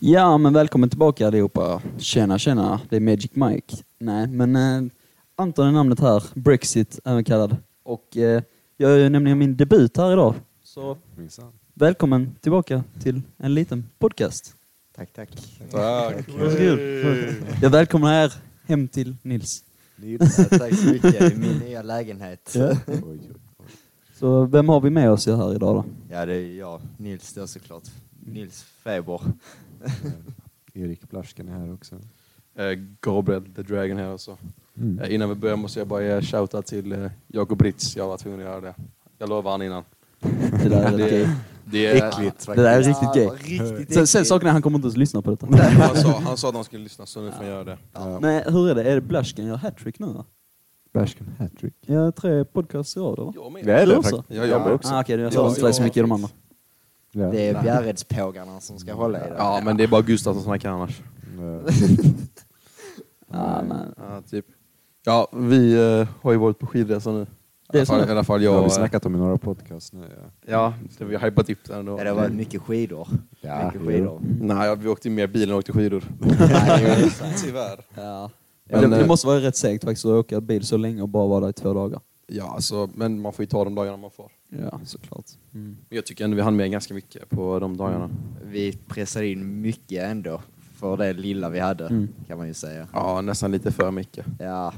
Ja, men välkommen tillbaka allihopa. Tjena. Det är Magic Mike. Nej, men Anton är namnet här. Brexit även kallad. Och jag gör nämligen min debut här idag. Så välkommen tillbaka till en liten podcast. Tack. Varsågod. Jag välkomnar er hem till Nils. Tack så mycket i min nya lägenhet. Ja. Så vem har vi med oss här idag då? Ja, det är jag. Nils då såklart. Nils Feber. Erik Blasken är här också. Gabriel the Dragon här också. Innan vi börjar måste jag bara ge shoutout till Jakob Britz. Jag var tvungen att göra det. Jag lovar han innan. Det där är det är äckligt. Det där är riktigt gay. Sen saken är han kommer inte ens lyssna på detta. Han sa att han skulle lyssna, så nu får jag göra det. Ja. Men hur är det? Är det Blasken gör hattrick nu då? Blasken hattrick. Ja, 3 podcasts i rad eller? Jag med. Det är det också. faktiskt. Jag jobbar också. Okej, jag sa inte så mycket i de andra. Ja. Det är Bjärredspågarna som ska hålla i det. Ja, men det är bara Gustav som snackar annars. Ja, typ. Ja, vi har ju varit på skidresa nu. Det är så. I alla fall Det har jag. vi snackat om i några podcast nu. Ja, det vi har hypat upp den då. Ja, det var mycket skidor. Mycket skidor. Nej, vi åkte mer bil än åkte skidor. Nej, Tyvärr. Ja. Men, det måste vara rätt segt faktiskt att åka bil så länge och bara vara där i 2 dagar. Ja, alltså, men man får ju ta de dagarna man får. Ja, såklart. Men jag tycker ändå vi hann med ganska mycket på de dagarna. vi pressade in mycket ändå för det lilla vi hade, kan man ju säga. Ja, nästan lite för mycket. Ja.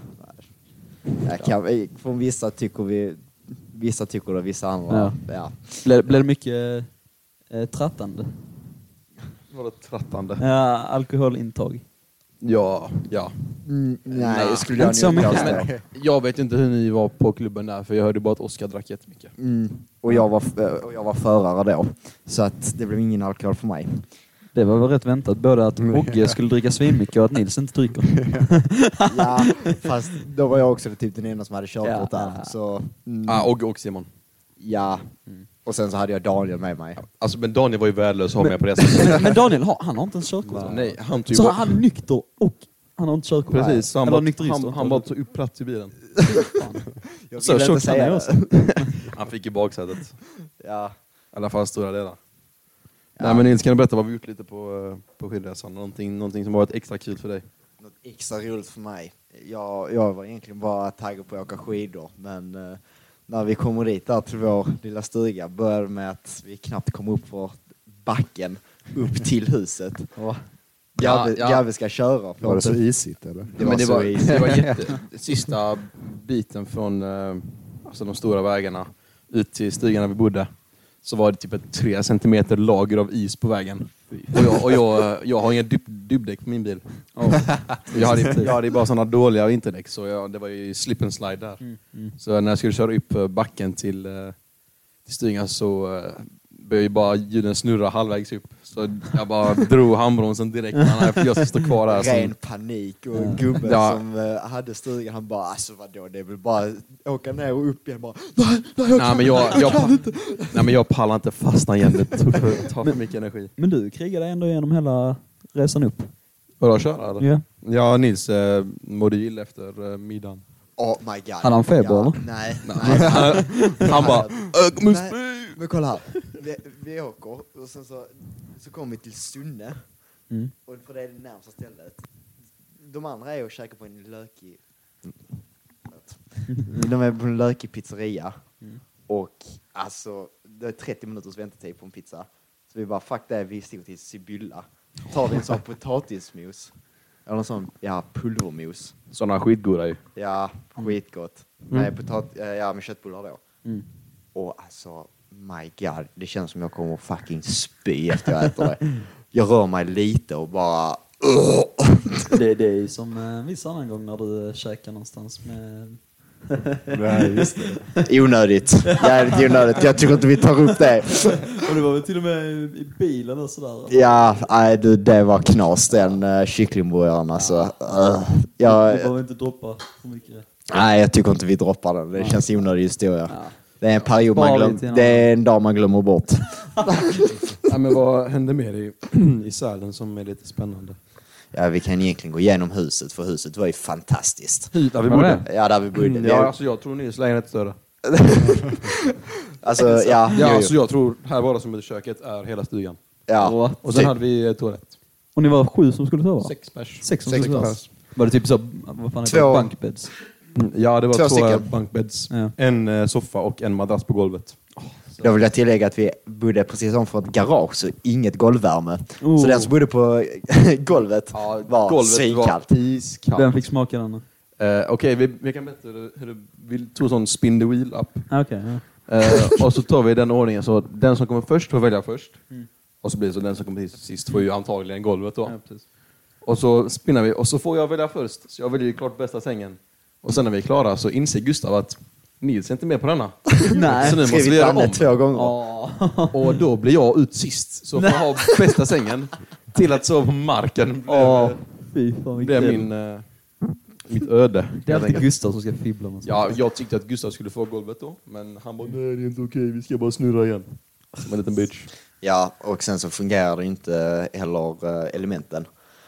Från vissa tycker det, vissa andra. Ja. Blev det mycket trattande? Var det trattande? Ja, alkoholintag. Ja. Nej, det skulle inte jag så nog mycket. påstå. Jag vet inte hur ni var på klubben där, för jag hörde bara att Oskar drack jättemycket. Och jag var förare då. Så att det blev ingen alkohol för mig. Det var väl rätt väntat. Både att Mogge skulle dricka svinmycket och att Nils inte dricker. Ja, fast då var jag också typ den enda som hade körkort där. Så, Och Simon. ja. Och sen så hade jag Daniel med mig. Alltså, men Daniel var ju värdelös att ha med på resan. Men Daniel, han har inte ens körkort. Nej, han typ Så han är nykter och han har inte körkort. Precis, så han bara tog upp plats i bilen. Jag Så vill inte tjock han säga är det. också. Han fick i baksätet. Ja. I alla fall stora delar. Nej, men Nils, kan du berätta vad vi gjort lite på skidresan? Någonting som har varit extra kul för dig? Något extra roligt för mig. Jag var egentligen bara taggad på att åka skidor. Men när vi kommer dit där till vår lilla stuga började med att vi knappt kom upp för backen upp till huset. Gabbe ska köra. Var det så isigt eller? Det var sista biten från alltså de stora vägarna ut till stugan där vi bodde. Så var det typ ett 3 centimeter lager av is på vägen. Och jag har inga dubbdäck på min bil. Jag hade bara sådana dåliga vinterdäck, så det var ju slip and slide där. Så när jag skulle köra upp backen till stugan så började ju bara ljuden snurra halvvägs upp. Så jag bara drog handbromsen direkt när jag ska stå kvar där. Ren panik och en gubbe som hade stugan, han bara, alltså vadå, det är väl bara åka ner och upp igen bara. Nej, men jag pallar inte fastna igen, det tar för mycket energi. Men du krigade ändå igenom hela resan upp. Vadå, köra eller? Ja. Ja, Nils mådde illa efter middagen. Oh my god. Hade han feber eller? Nej. Han bara, men kolla här. Vi åker och sen så kommer vi till Sunne. Och för det är det närmsta stället. De andra är och käkar på en lökig... De är på en lökig pizzeria. Och alltså, det är 30 minuters väntetid på en pizza. Så vi bara, fuck det, vi stiger till Sibylla. Tar vi en sån potatismos. Eller en sån, pulvermos. Sådana skitgoda ju. Ja, skitgott. Med med köttbullar då. Och alltså, my god, det känns som jag kommer fucking spy efter jag äter det. Jag rör mig lite och bara... Det är som viss annan gång när du käkar någonstans med... Nej, just det. Onödigt. Jävligt onödigt. Jag tycker inte vi tar upp det. Och det var väl till och med i bilen och sådär. Ja, nej du, det var knas den kycklingburgaren alltså. Du behöver inte droppa för mycket. Nej, jag tycker inte vi droppar den. Det känns onödig historia. Ja. Det är en period det är en dag man glömmer bort. Ja, men vad hände med i Sälen som är lite spännande? Ja, vi kan egentligen gå igenom huset, för huset var ju fantastiskt. Där vi bodde? Ja, där vi bodde. Ja, alltså jag tror Nils lägenhet är större. Alltså, alltså jag tror här bara som i köket är hela stugan. Ja. Och sen hade vi toalett. Och ni var 7 som skulle sova? 6 pers. 6 som Sex skulle sova? pers. Var det typ så, vad fan heter det? Två- Bunkbeds? Ja, det var 2 2 stycken. bunkbeds. Ja. En soffa och en madrass på golvet. Då vill jag tillägga att vi bodde precis om för ett garage, så inget golvvärme. Oh. Så den som bodde på golvet Ja, var golvet svinkallt. var iskallt. Vem fick smaka den? Okej, vi kan berätta hur vi tog sån spin the wheel up. Okej, ja. Och så tar vi den ordningen, så den som kommer först får välja först. Mm. Och så blir det så den som kommer sist får ju antagligen golvet då. Ja, precis. Och så spinnar vi och så får jag välja först. Så jag väljer ju klart bästa sängen. Och sen när vi är klara så inser Gustav att Nils är inte med på denna. Nej. Så nu måste vi Skrivit göra Danne om. 2 gånger. Och då blir jag ut sist. Så får jag ha bästa sängen till att sova på marken. Fy fan, Det är mitt öde. Det är alltid Gustav som ska fibbla med sånt. Ja, jag tyckte att Gustav skulle få golvet då. Men han bara, nej det är inte okej, vi ska bara snurra igen. Som en liten bitch. Ja, och sen så fungerar det inte heller elementen.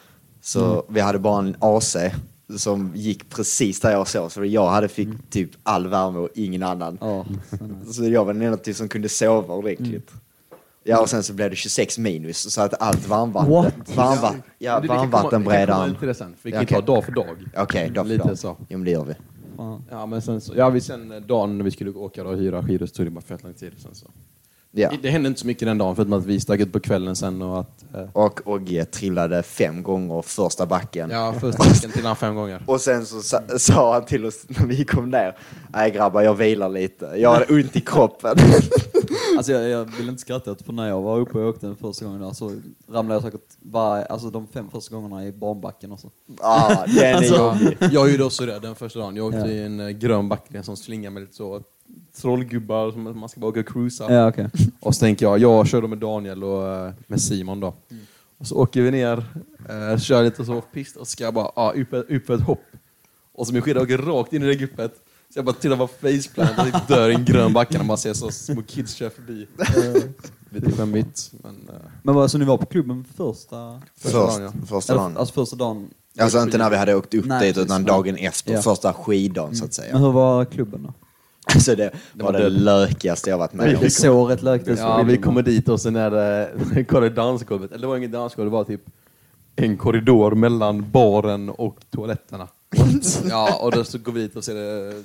Så vi hade bara en AC som gick precis där jag sov. Så jag fick typ all värme och ingen annan. Ja. Så jag var den enda typ som kunde sova ordentligt. Ja, och sen så blev det 26 minus, så att allt varmvattenberedaren. Till det sen, för vi kan Ja, ju ta okej. dag för dag. Okej, då för Lite dag. så. Jo, men det gör vi. Fan. Ja, men sen dagen när vi skulle åka och hyra skidor så tog det bara fett lång tid. Sen så. Ja. Det hände inte så mycket den dagen, förutom att vi stack ut på kvällen sen och att... Och Ogge trillade 5 gånger första backen. Ja, första veckan till han 5 gånger. Och sen så sa han till oss när vi kom ner: nej grabbar, jag vilar lite. Jag har ont i kroppen. Alltså jag vill inte skratta åt, för när jag var uppe och åkte den första gången där, så ramlade jag säkert de 5 första gångerna i barnbacken också. Ja, den är jobbig. Jag gjorde också det den första dagen. Jag åkte Ja. i en grön backe som slingar med lite så trollgubbar som man ska bara åka och cruisa. Ja, okej. Och så tänker jag körde med Daniel och med Simon då. Och så åker vi ner, kör lite så pist och ska bara upp ett hopp. Och så min skida åker rakt in i det guppet. Så jag bara tittar på faceplant och dör i en grön backe när man ser så små kids kör förbi. Lite skämmigt. Men vad, så ni var på klubben första dagen, ja. Första eller, dagen. alltså första dagen? Alltså inte när vi hade åkt upp Nej, dit, utan precis. dagen efter. Ja. Första skiddagen så att säga. Men hur var klubben då? Alltså det var var det död. lökigaste jag varit med om. Det såg rätt lökt ut. Ja, vi kommer dit och sen är det kollade dansgolvet. Eller det var ingen dansgolv, det var typ en korridor mellan baren och toaletterna. Ja, och då så går vi dit och ser det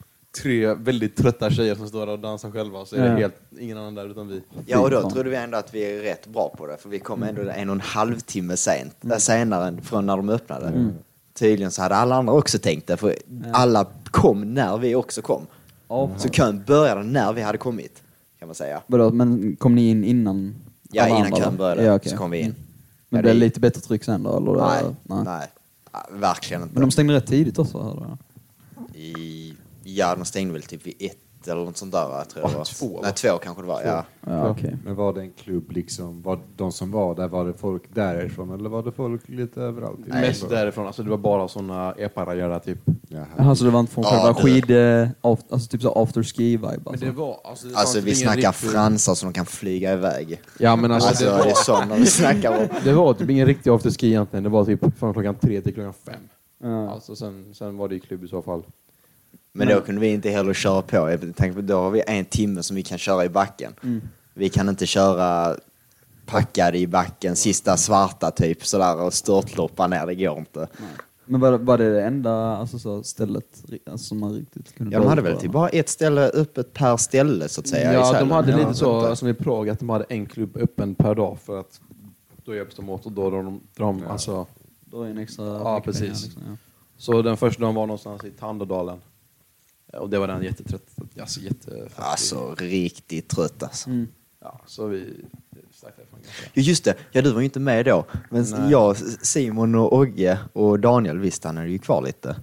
3 väldigt trötta tjejer som står där och dansar själva. Så är det helt ingen annan där utan vi. Ja, och då trodde vi ändå att vi är rätt bra på det. För vi kom ändå 1,5 timme sent. Där senare än från när de öppnade. Tydligen så hade alla andra också tänkt det. För alla kom när vi också kom. Så kön började när vi hade kommit, kan man säga. Vadå, men kom ni in innan? Ja, alla innan andra, kön då? började Ja, okej. så kom vi in. Men Ja, blev det det- lite bättre tryck sen då? Eller? Nej. Ja, verkligen inte. Men de stängde rätt tidigt också, hörde jag. Ja, de stängde väl typ vid 1 eller något sånt där, jag tror det var. 2, Nej, 2 kanske det var, ja. Ja, okej. Men var det en klubb liksom, var de som var där, var det folk därifrån eller var det folk lite överallt? Mest därifrån, alltså det var bara såna eparajare typ. Jaha. Jaha, så det var inte från Ja, själva det- alltså typ så afterski-vibe? Men det var... Alltså, det Alltså fanns vi ingen snackar riktig- fransar som de kan flyga iväg. Ja, men alltså, Alltså det är sådana vi snackar om. det var typ ingen riktig afterski egentligen. Det var typ från klockan 3 till klockan 5. Ja. Alltså sen var det i klubb i så fall. Men då kunde vi inte heller köra på. Jag tänkte, då har vi 1 timme som vi kan köra i backen. Vi kan inte köra packade i backen, sista svarta typ sådär och störtloppa ner, det går inte. Men var det enda alltså, så stället alltså, som man riktigt kunde Ja, de hade dra väl på? typ bara ett ställe öppet per ställe så att säga. i Ja, Sälen. de hade Ja, lite så inte. som i Prag, att de hade en klubb öppen per dag för att då hjälps de åt och då drar de alltså. Då är en extra Ja, mycket pengar, precis. liksom, ja. Så den första dagen var någonstans i Tandådalen. Och det var den jättetrött. Alltså riktigt trött alltså. Ja, så vi stack därifrån ganska. Jo, just det, ja du var ju inte med då. Men Nej. jag, Simon och Ogge och Daniel, visst han är ju kvar lite.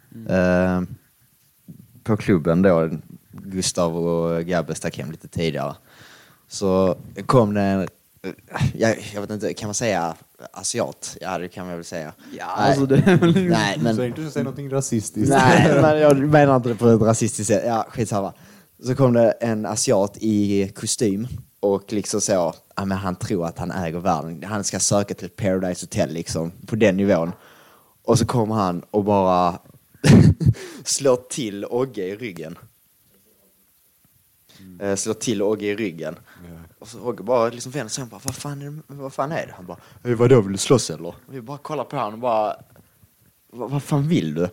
På klubben då, Gustav och Gabbe stack hem lite tidigare. Så kom det en, jag vet inte, kan man säga asiat? Ja, det kan man väl säga. Ja, alltså det är väl... Nej, men... Så inte säga någonting rasistiskt. Nej, men jag menar inte det på ett rasistiskt sätt. Ja, skitsamma. Så kom det en asiat i kostym och liksom så, ja, men han tror att han äger världen. Han ska söka till Paradise Hotel liksom, på den nivån. Och så kommer han och bara slår till Ogge i ryggen. Slår till Ogge i ryggen. Och så Ogge bara liksom vänder sig och bara, vad fan är det? Han bara, vadå, vill du slåss eller? Och vi bara kollar på honom och bara, vad fan vill du?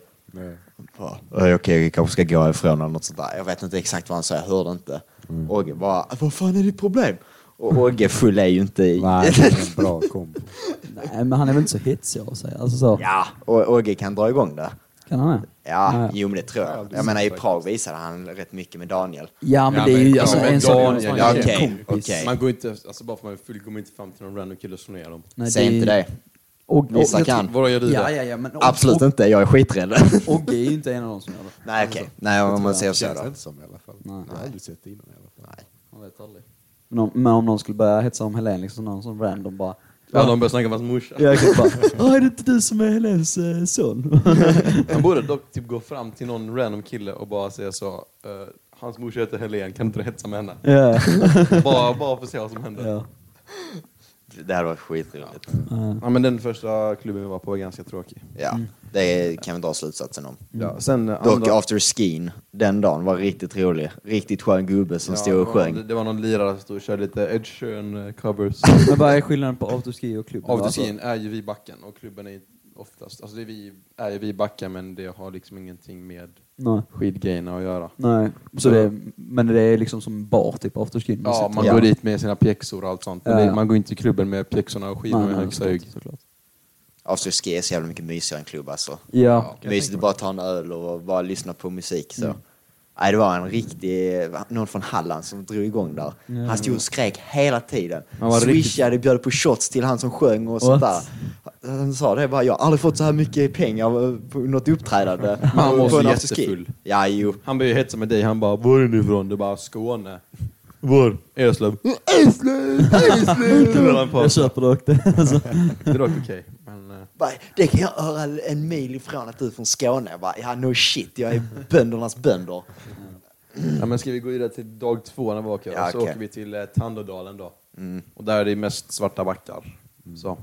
Okej, vi kanske ska gå ifrån eller något sånt där. Jag vet inte exakt vad han sa, jag hörde inte. Ogge bara, vad fan är ditt problem? Och Ogge full är ju inte i... Nej, det är en bra kombo. Nej, men han är väl inte så hetsig av sig. Alltså så. Ja, och Ogge kan dra igång det. Kan han det? Ja, jo men det tror jag. Jag menar i Prag visade han rätt mycket med Daniel. Ja, men det är ju alltså, en sån Okej. Man går inte, alltså bara för man är full går man inte fram till någon random kille och slår ner dem. Nej, Säg inte det. Vissa kan. Vadå, gör du det? Ja, men Absolut inte, jag är skiträdd. Ogge är ju inte en av dem som gör det. Nej, okej. Nej, om man säger så Det känns då. inte som i alla fall. Nej. Jag har aldrig sett det innan i alla fall. Nej. Man vet aldrig. Men om någon skulle börja hetsa om Helen, liksom någon som random bara... Ja, de börjar snacka om hans morsa. Jag kan bara, är det inte du som är Helens son? Han borde dock typ gå fram till någon random kille och bara säga så, hans morsa heter Helen, kan inte du hetsa med henne? Ja. bara för att se vad som händer. Ja. Det här var skitroligt. Ja, men den första klubben vi var på var ganska tråkig. Ja, det kan vi dra slutsatsen om. Ja, sen Dock after skin, den dagen var riktigt rolig. Riktigt skön gubbe som stod och sjöng. Det var någon lirare som stod och körde lite Ed Sheeran covers. Men vad är skillnaden på afterski och klubben? Afterskin är ju vid backen och klubben är oftast, alltså är ju vid backen men det har liksom ingenting med Nej. skidgrejerna att göra. Nej, så men det är liksom som bar typ afterskin. Ja, man går dit med sina pjäxor och allt sånt. Men man går inte till klubben med pjäxorna och skidorna i högsta hög. Såklart. After ski är så jävla mycket mysigare än klubb alltså. Ja. Mysigt att bara ta en öl och bara lyssna på musik så. Nej, det var en riktig, någon från Halland som drog igång där. Han stod och skrek hela tiden. Swishade, bjöd på shots till han som sjöng och sånt där. Han sa det bara, jag har aldrig fått så här mycket pengar på något uppträdande. Han var på så en afterski. jättefull. Ja, jo. Han började hetsa med dig, han bara, var är ni ifrån? Du bara, Skåne. Var? Eslöv. Jag köper det också. Alltså. Det är dock okej. Men, Bara, det kan jag höra en mil ifrån att du är från Skåne. Jag bara, ja, no shit, jag är böndernas bönder. ja, men ska vi gå vidare till dag 2 när vi åker? Ja, så okej. åker vi till Tandådalen då. Och där är det mest svarta backar. Så.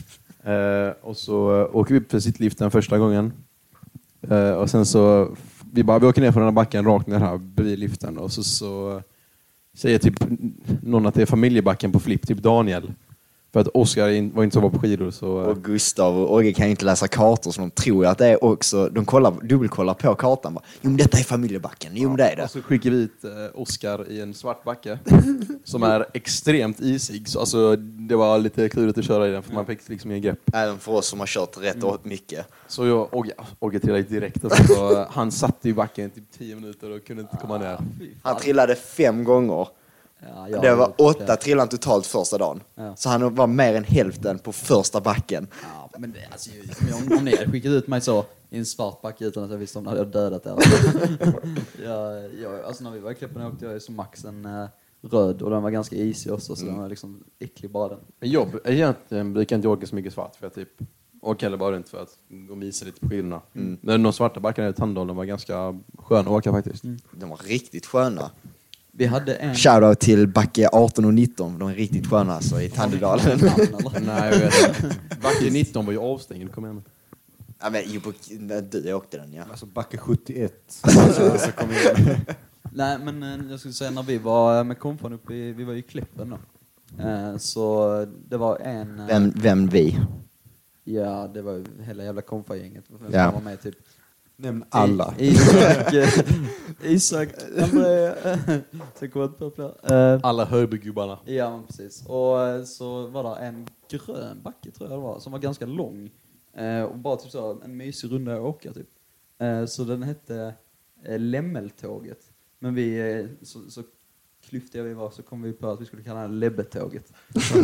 Och så åker vi upp för sittliften första gången. Och sen så vi åker ner från den här backen rakt ner här bredvid liften. Och så säger typ någon att det är familjebacken på flipp, typ Daniel. För att Oskar var inte så bra på skidor. Så, Och Gustav och Åge kan ju inte läsa kartor så de tror att det är också, de dubbelkollar på kartan. Bara, jo men detta är familjebacken, jo men det är det. Och så skickar vi ut Oskar i en svart backe som är extremt isig. Så alltså, det var lite klurigt att köra i den för man fick liksom ingen grepp. Även för oss som har kört rätt mycket. Så jag Åge trillade direkt. Så han satt i backen typ 10 minuter och kunde inte komma ner. Han trillade 5 gånger. Ja, Det var 8 trillan totalt första dagen. Ja. Så han var mer än hälften på första backen. Ja, men det, alltså, om ni hade skickat ut mig så i en svart backe utan att jag visste om det hade jag dödat er. Alltså när vi var i Klippen åkte jag som max en röd och den var ganska isig också så den var liksom äcklig bara den. Men egentligen brukar inte åka så mycket svart för jag typ åker heller bara runt för att gå och visa lite på skidorna. Men de svarta backarna i Tandådalen var ganska sköna att åka faktiskt. De var riktigt sköna. Vi hade en... Shoutout till backe 18 och 19. De är riktigt sköna alltså i Tandedalen. Nej, jag vet inte. Backe 19 var ju avstängd, kom igen. Ja, men du åkte den, ja. Alltså backe 71. Så kom igen. Nej, men jag skulle säga när vi var med kompan uppe vi var i Klippen då. Så det var en... Vem vi? Ja, det var hela jävla kompa-gänget. Vem Ja. var med typ? Nämn alla. Isak, André, så kommer jag inte på fler. Alla Hörbygubbarna. Ja, men precis. Och så var det en grön backe tror jag det var, som var ganska lång. Och bara typ så en mysig runda att åka typ. Så den hette Lämmeltåget. Men vi, så klyftiga vi var så kom vi på att vi skulle kalla det Lebbetåget.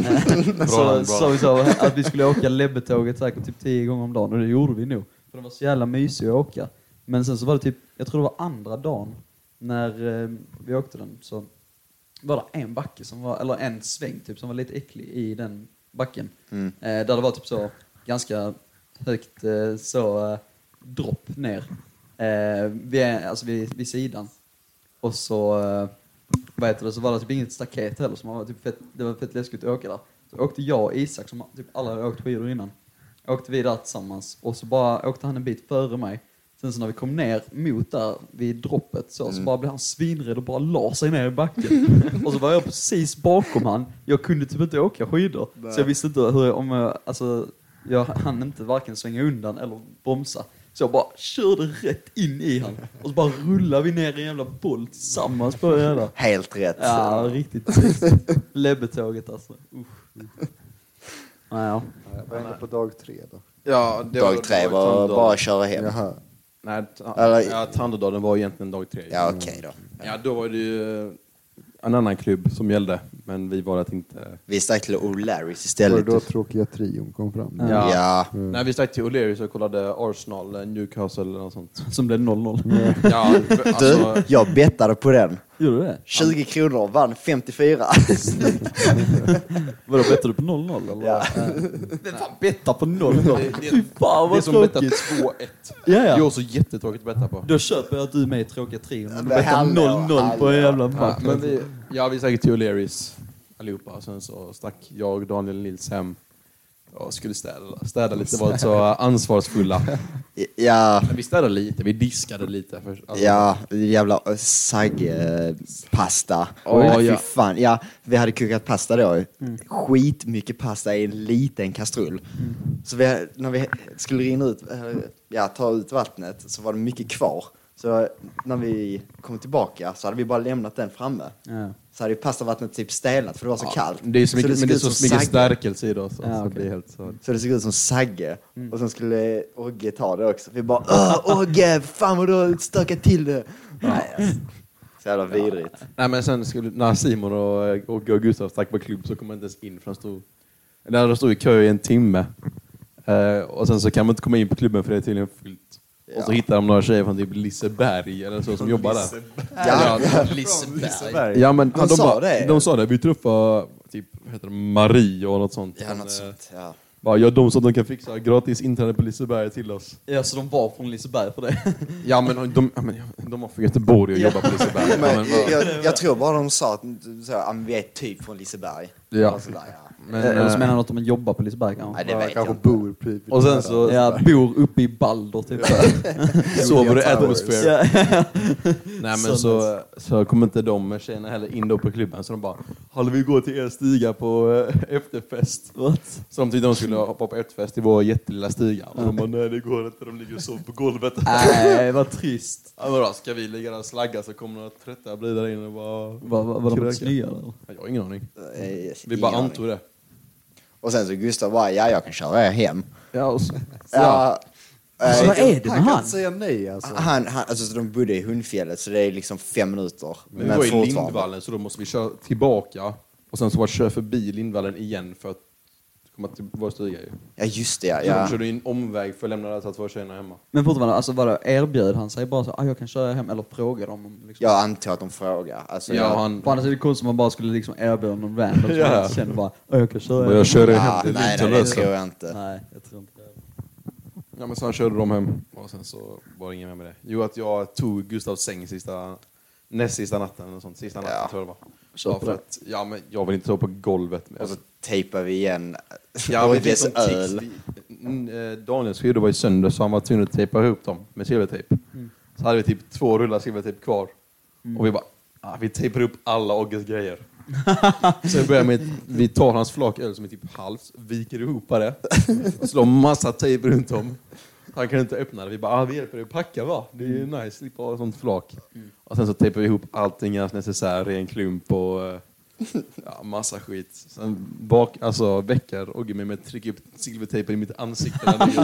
Så vi sa att vi skulle åka Lebbetåget säkert typ 10 gånger om dagen och det gjorde vi nog. För det var så jävla mysigt att åka. Men sen så var det typ, jag tror det var andra dagen när vi åkte den så var det en backe som var, eller en sväng typ som var lite äcklig i den backen. Där det var typ så ganska högt dropp ner vid sidan. Och så så var det typ inget staket heller som var typ det var fett läskigt att åka där. Så åkte jag och Isak som typ alla hade åkt skidor innan. Åkte vi där tillsammans och så bara åkte han en bit före mig. Sen så när vi kom ner mot där vid droppet så bara blev han svinrädd och bara la sig ner i backen. Och så var jag precis bakom han. Jag kunde typ inte åka skidor. Så jag visste inte jag hann inte varken svänga undan eller bromsa. Så jag bara körde rätt in i han. Och så bara rullade vi ner i en jävla boll tillsammans på det hela. Helt rätt. Ja, riktigt. Lebbetåget alltså. Ja. Vad hände på dag 3 då? Ja, Dag 3 var bara att köra hem. Jaha. Nej, Tandådalen var egentligen dag 3. Ja, okej då. Ja, då var det ju en annan klubb som gällde, men vi var att inte... Vi stack till O'Larrys Var istället. det då tråkiga trion kom fram? Ja. Nej, vi stack till O'Learys och kollade Arsenal, Newcastle eller något sånt. Som blev 0-0. Ja, alltså, Du, jag bettade på den. Gjorde du det? 20 kronor, vann 54. Vadå, bettade du på 0-0 eller? Ja. Vem fan bettar på 0-0? Fy fan det är vad som bettar tråkigt. 2-1. Ja. Det är också jättetråkigt att betta på. Då köper jag att du är med i tråkiga trion. Men du Men bettar hallå, 0-0 på en jävla Ja, match. men vi stack till O'Learys allihopa. Sen så stack jag, Daniel och Nils hem och skulle städa lite, var så ansvarsfulla. Ja. Men vi städade lite, vi diskade lite. Ja, jävla saggpasta. Oj, Fy ja. fan. Ja, vi hade kokat pasta då. Skitmycket pasta i en liten kastrull. Så när vi skulle rinna ut, ta ut vattnet så var det mycket kvar. Så när vi kom tillbaka så hade vi bara lämnat den framme. Ja. Så hade ju pastavattnet typ stelnat för det var så kallt. Det är så mycket, men det är så mycket sagge. stärkelse i det också. Ja, Så okej. det blir helt så. Så det såg ut som sagge. Och sen skulle Ogge ta det också. Vi bara, Ogge, fan vad du har stökat till det. Nej, alltså. Så jävla vidrigt. Nej, men sen när Simon och Gustav stack på klubb så kom man inte ens in för de stod i kö i en timme. Och sen så kan man inte komma in på klubben för det är tydligen fullt. Och så hittar de några tjejer från typ Liseberg eller så som jobbar där. Ja, Liseberg. Ja, men De sa det. De sa det. Vi träffade typ, vad heter det, Marie och något sånt. Ja, något sånt, ja. Bara, de sa att de kan fixa gratis internet på Liseberg till oss. Ja, så de var från Liseberg för det. Ja, men de var från Göteborg och jobbar på Liseberg. Men jag tror bara de sa att vi är typ från Liseberg. Ja. Och sådär, ja. Eller så menar något om att jobba på Liseberg kanske. Nej, det vet jag kanske inte. bor precis. Och sen så Ja, bor uppe i Balder typ. sover det atmosphere. Ja. Nej, men så kom inte de tjejerna heller in då på klubben. Så de bara, hallå, vi går till er stiga på efterfest. What? Så de tyckte de skulle hoppa på efterfest i vår jättelilla stiga. Och de bara, nej det går inte, de ligger och sover på golvet. Nej, vad trist. Ja, men då ska vi ligga där och slagga så kommer några trötta bli där inne och bara... Var de snygga eller? Jag har ingen aning. Vi Ingen bara aning. antog det. Och sen så Gustav bara, jag kan köra er hem. Ja, och så. Ja. Så vad är det med Han kan han? inte säga nej alltså. Alltså så de bodde i Hundfjället så det är liksom 5 minuter. Men vi var i Lindvallen så då måste vi köra tillbaka. Och sen så var det köra förbi Lindvallen igen för att komma till vår stuga ju. Ja just det, Så de ja. körde en omväg för att lämna det så att våra tjejerna hemma. Men fortfarande, alltså erbjöd han sig bara så jag kan köra hem eller frågade dem om liksom. Jag antar att de frågar. Alltså, Ja, jag, han... För annars är det konstigt om man bara skulle liksom erbjuda någon random som Ja. man känner bara jag kan köra Och jag körde hem ja, till nej, Linton det lösa. tror jag inte. Nej, jag tror inte det. Ja, men sen körde de hem och sen så var det ingen med det. Jo, att jag tog Gustavs säng näst sista natten eller sånt. Sista natten Ja. tror jag det var. Kör på För det. att, ja, men jag vill inte stå på golvet. Och så tejpar vi igen Ja, men det är Ogges som öl. Daniels skidor var i sönder så han var tvungen att tejpa ihop dem med silvertejp. Så hade vi typ 2 rullar silvertejp kvar. Och vi bara, vi tejpar upp alla Ogges grejer. Så jag börjar med vi tar hans flak öl som är typ halvt, viker ihop det. Slår massa tejp runt om. Han kan inte öppna det. Vi bara, vi hjälper dig att packa va? Det är ju nice, slippa ha ett sånt flak. Och sen så tejpar vi ihop allting i hans necessär i en klump och massa skit. Sen väcker Ogge mig med att trycka upp silvertejpen i mitt ansikte.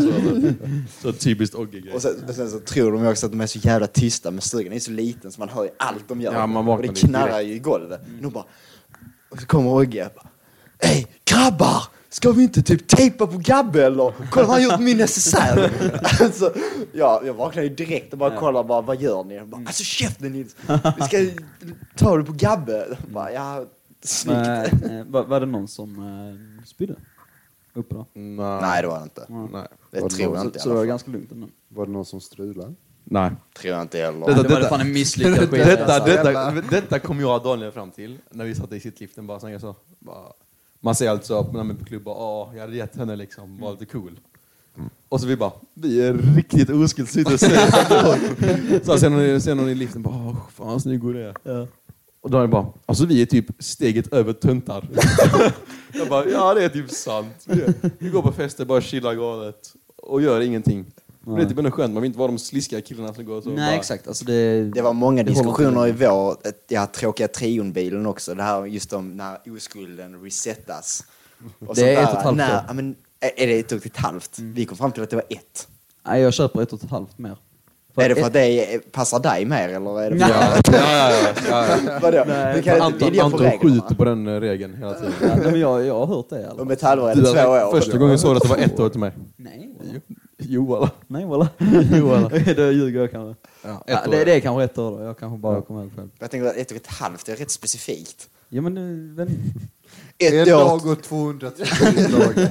Så typiskt Ogge-grej. Och sen så tror de ju också att de är så jävla tysta, men stugan är så liten så man hör ju allt de gör. Ja, man och vaknar det lite knarrar ju i golvet. Och så kommer Ogge och bara, hej grabbar! Ska vi inte typ tejpa på Gabbe eller? Kolla vad han gjort min necessär. Alltså, jag vaknade ju direkt och bara kollade bara, vad gör ni? Bara, alltså käften Nils, vi ska ta det på Gabbe. Bara, snyggt. Men, var det någon som spydde? Uppe då? Nej det var det inte. Nej. Det Var det tror någon jag inte i Så det alla var fall. ganska lugnt ändå. Var det någon som strulade? Nej. Tror jag inte heller. Det var fan en misslyckad skit. Detta kom jag och Daniel fram till när vi satt i sittliften bara snackade så. Man säger alltså när man på klubbar, jag hade gett henne liksom, var lite cool. Och så vi är riktigt oskuldsigt. Så sen någon i liften bara, fan vad snygg går det är. Ja. Och då är det bara, alltså vi är typ steget över töntar. Jag bara, ja det är typ sant. Vi går på fester, bara chillar galet och gör ingenting. Det är typ ändå skönt, man vill inte vara de sliskiga killarna som går så. Nej, bara, exakt. Alltså Det var många diskussioner i håller vår tråkiga trionbilen också. Det här just om när oskulden resetas. Och Det är sånt 1,5 där. år. Nej, men är det 1,5? Vi kom fram till att det var 1. Nej, jag köper 1,5 mer. Är det för att det passar dig mer eller är det för Ja. Vadå? Nej, Du kan inte vilja på Anton reglerna. skjuter på den regeln hela tiden. Ja, nej, men jag har hört det i alla fall. Om ett halvår är det 2 år. Första gången sa du att det var 1 år till mig. Nej, Jo, alla. nej walla. Då ljuger jag kanske. Ja, Ja, det är kanske 1 år då. Jag kanske bara kommer ihåg själv. Jag tänker att 1,5 är rätt specifikt. Ja men nu, vän. 1 En år. dag och 230 dagar.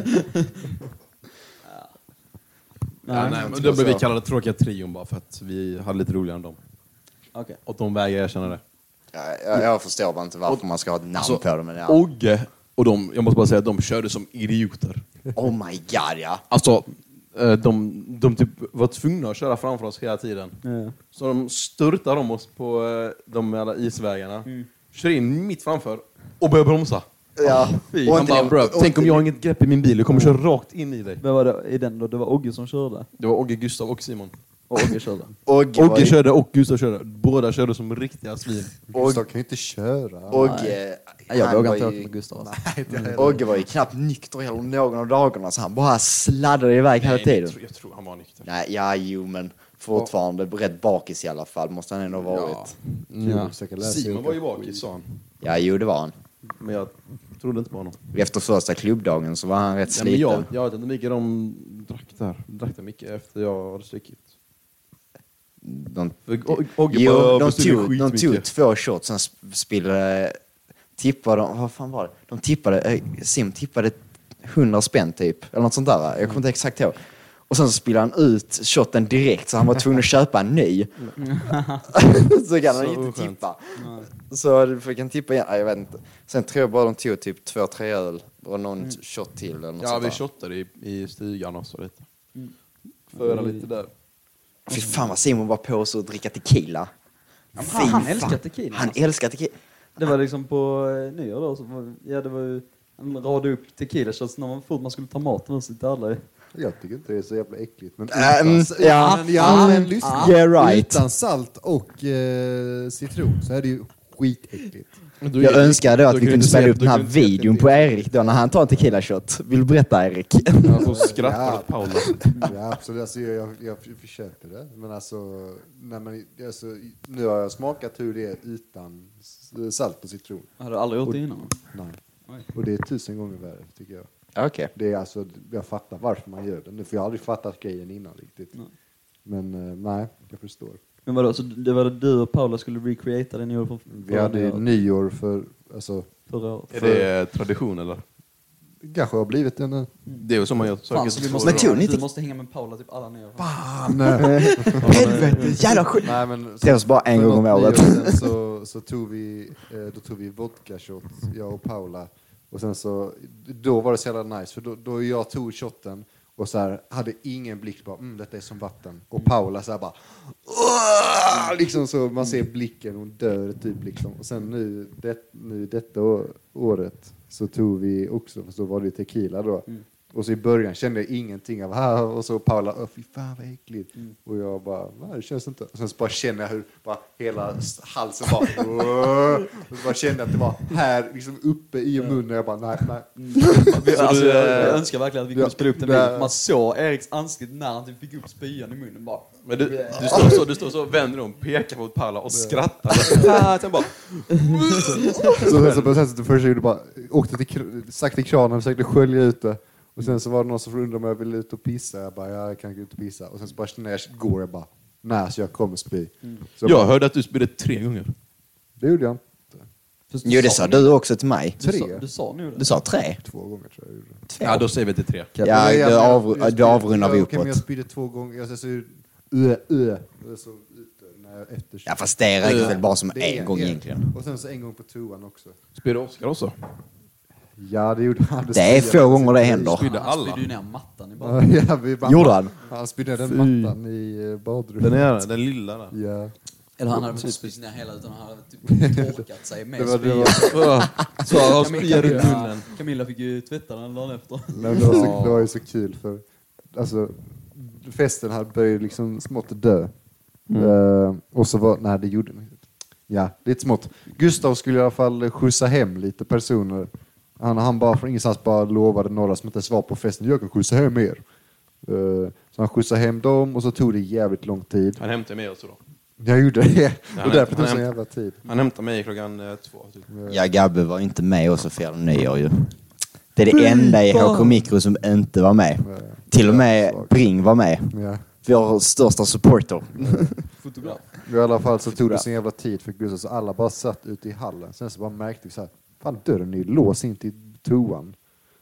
Nej, men då blev vi kallade tråkiga trion bara för att vi hade lite roligare än dem. Okej. Och de vägrar erkänna det. Ja, jag förstår bara inte varför man ska ha ett namn Alltså, på det. Men ja. Ogge och de, jag måste bara säga att de körde som idioter. Oh my god, ja. Alltså, de typ var tvungna att köra framför oss hela tiden. Ja. Så de störtade om oss på de alla isvägarna. Kör in mitt framför och börjar bromsa. Ja. Fy. Och Han inte bara, det- bro, och tänk inte- om jag har inget grepp i min bil, jag kommer köra rakt in i dig. Vem var det i den då? Det var Ogge som körde. Det var Ogge, Gustav och Simon. Och Ogge körde. Ogge körde och Gustav körde. Båda körde som riktiga svin. Gustav kan ju inte köra. Ogge, Nej, jag han vågar var inte åka ju- med Gustav. Alltså. Ogge var ju knappt nykter hela någon av dagarna så han bara sladdade iväg hela tiden. Jag tror han var nykter. Nej, ja, jo, men fortfarande rätt bakis i alla fall måste han ändå ha varit. Ja. Försöka lära sig Simon åka var ju skit. bakis, sa han. Ja, jo, det var han. Men jag trodde inte på honom. Efter första klubbdagen så var han rätt Ja, men sliten. jag vet inte mycket de drack där. Drack det mycket efter jag hade stuckit. Ogge Jo, bara de bestod tog skitmycket. 2 shots, sen tippade de, vad fan var det? De tippade, Sim tippade 100 spänn typ, eller något sånt där. Jag kommer inte exakt ihåg. Och sen så spelade han ut shotten direkt så han var tvungen att köpa en ny. Så kan han Så inte oskönt. tippa. Så du fick en tippa igen, nej, jag vet inte. Sen tror jag bara de tog typ 2-3 öl och någon shot till eller något Ja, sånt vi där. shottade i stugan och så lite. Föra lite där. Fy fan vad Simon var på så att dricka tequila. Han Fy älskar fan. tequila. Han alltså. älskar tequila. Det var liksom på nyår då. Så var, ja, det var ju... Han radade upp tequila shots när man fort man skulle ta maten och sitta alla i. Jag tycker inte det är så jävla äckligt. Men lyssna. Yeah, right. Utan salt och citron så är det ju skitäckligt. Jag önskar då att vi kunde spela upp den här videon på Erik då när han tar en tequila shot. Vill du berätta, Erik? Han får skratta åt Paula. Ja, absolut. Alltså, jag försöker det. Men alltså, nu har jag smakat hur det är utan salt och citron. Jag hade aldrig gjort det innan. Nej. Oj. Och det är 1000 gånger värre, tycker jag. Okej. Det är alltså, jag fattar varför man gör det nu, för jag har aldrig fattat grejen innan riktigt. Nej. Men nej, jag förstår. Men vadå, så det var du och Paula skulle recreata det ni gjorde Vi hade ju nyår för, alltså, förra året? Är det tradition eller? kanske har blivit det nu. Det är ju som man gör Fan, saker så som vi Men tog ni du inte- måste hänga med Paula typ alla nyår. Helvete, jävla skit. Nej, men Det är oss bara en för gång om något året. nyår sen så tog vi vodka shot, jag och Paula. Och sen så, då var det så jävla nice, för då jag tog shotten och så här, hade ingen blick på, detta är som vatten. Och Paula så här bara, liksom så, man ser blicken, hon dör typ liksom. Och sen nu detta året så tog vi också, för så var det tequila då. Och så i början kände jag ingenting av, och så Paula, fy fan vad äckligt. Och jag bara, nej det känns inte. Och sen så bara känner jag hur bara hela halsen bara, och så bara kände jag att det var här liksom uppe i munnen. Jag bara, nej. Alltså, jag önskar verkligen att vi kunde spela upp den Ja. bilden. Man såg Eriks ansikte när han typ fick upp spyan i munnen bara. Men du står så, vänder om, pekar mot Paula och skrattar. Sen bara, Så först jag gjorde bara, åkte sagt till kranen och försökte skölja ut det. Och sen så var det någon som undrade om jag ville ut och pissa. Jag bara, jag kan inte ut och pissa. Och sen så bara när jag går, jag bara, nej så jag kommer spy. Så jag bara, hörde att du spydde 3 gånger. det gjorde jag inte. Fast Jo, det sa du också till mig. Du sa nu det. Du sa 3. 2 gånger tror jag gjorde. Ja, då säger vi till 3. Ja, du avrundar vi Okej, men jag uppåt. spydde 2 gånger. Jag så så ute när jag efter. Ja, fast det räknas väl bara som Det är en gång egentligen. Och sen så en gång på toan också. Spydde Oskar också? Ja, det gjorde han. Det är få gånger det händer. Spydde Han alla. spydde ju ner mattan i baden. Gjorde han? Han spydde den mattan i badrummet. Den lilla där. Ja. Eller han hade inte spytt ner hela utan han hade typ torkat sig med Det var- spya. Så jag spyr i munnen. Camilla fick ju tvätta den dagen efter. Men det var ju så kul för alltså, festen hade börjat liksom smått dö. Och så var, nej det gjorde ja, lite smått. Gustav skulle i alla fall skjutsa hem lite personer. Han bara från ingenstans bara lovade några som inte ens var på festen, jag kan skjutsa hem er. Så han skjutsade hem dem och så tog det jävligt lång tid. Han hämtade mig också då. Jag gjorde det. Ja, Och därför tog det han så jävla tid. Han hämtade mig klockan 2. Typ. Ja, Gabbe var inte med oss och firade nyår ju. Det är det enda i HK Mikro som inte var med. Till och med Bring var med. Ja. Vår största supporter. Fotograf. I alla fall så tog det så jävla tid för Gustav så alla bara satt ute i hallen. Sen så bara märkte vi så här, fan dörren är låst in till toan.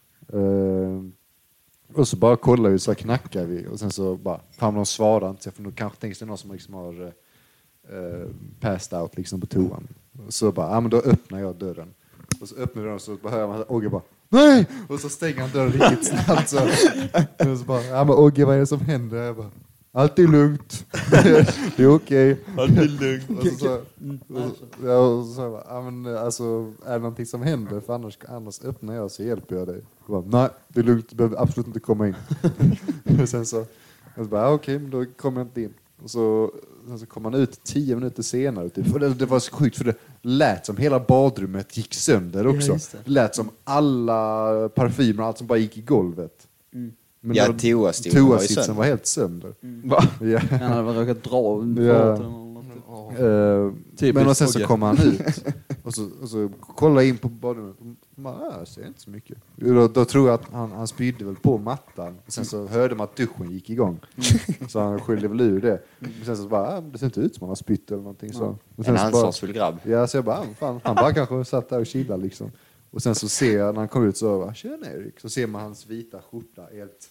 Och så bara kollar vi så här knackar vi och sen så bara, fan de svarar inte för nu kanske tänks det någon som liksom har passed out liksom på toan. Och så bara, ja men då öppnar jag dörren. Och så öppnar dörren och så hör man Ogge bara, nej! Och så stänger han dörren riktigt snabbt så. Och så bara, ja men Ogge vad är det som händer? Jag bara, allt är lugnt. Det är okej. Allt är lugnt. Och så bara, ja men alltså är det någonting som händer? För annars öppnar jag så hjälper jag dig. Jag bara, nej, det är lugnt, du behöver absolut inte komma in. Och sen så bara, okej, men då kommer jag inte in. Och sen så kom han ut 10 minuter senare. Typ. Och det var så sjukt för det lät som hela badrummet gick sönder också. just det. Det lät som alla parfymer och allt som bara gick i golvet. Men Ja, det var- toasitsen var ju toasitsen sönder. var helt sönder. Va? Ja. Han hade väl råkat dra Ja. farten eller något. Men och sen så Ogge. kom han ut och så kollade jag in på badrummet och man, jag ser inte så mycket. Då tror jag att han spydde väl på mattan. Och sen så hörde man att duschen gick igång. Så han skyllde väl ur det. Och sen så bara, det ser inte ut som han har spytt eller någonting så. Och sen En så bara, ansvarsfull grabb. ja, så jag bara, fan, han bara kanske satt där och chillade liksom. Och sen så ser jag när han kom ut så bara, tjena Erik. Så ser man hans vita skjorta helt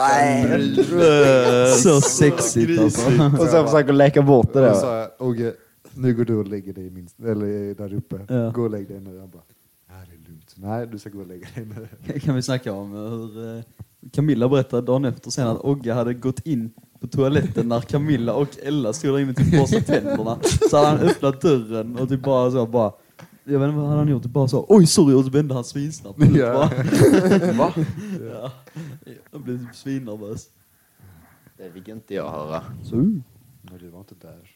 Så sexigt alltså. Och sen försöker leka bort det och då där. sa jag, Ogge, nu går du och lägger dig eller där uppe. Ja. Gå och lägg dig nu. Han bara, ja det är lugnt. Nej, du ska gå och lägga dig nu. Kan vi snacka om hur Camilla berättade dagen efter sen att Ogge hade gått in på toaletten när Camilla och Ella stod där inne och typ borstat tänderna. Så hade han öppnat dörren och typ bara så bara, jag vet inte vad hade han gjort, typ bara så, oj sorry, och så vände han svinsnabbt. Ja. Va? Ja. Jag blev typ svinnervös. Det fick inte jag höra. Nej, du var inte där.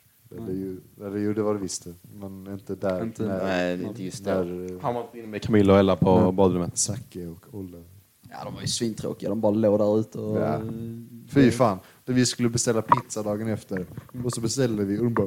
Eller ju, det var du visste. Men inte där. Inte- Nej, inte just det. När Han var inne med Camilla och Ella på badrummet. Zacke och Olle. Ja, de var ju svintråkiga, de bara låg där ute och... Ja. Fy fan. Där vi skulle beställa pizza dagen efter. Och så beställde vi och de bara,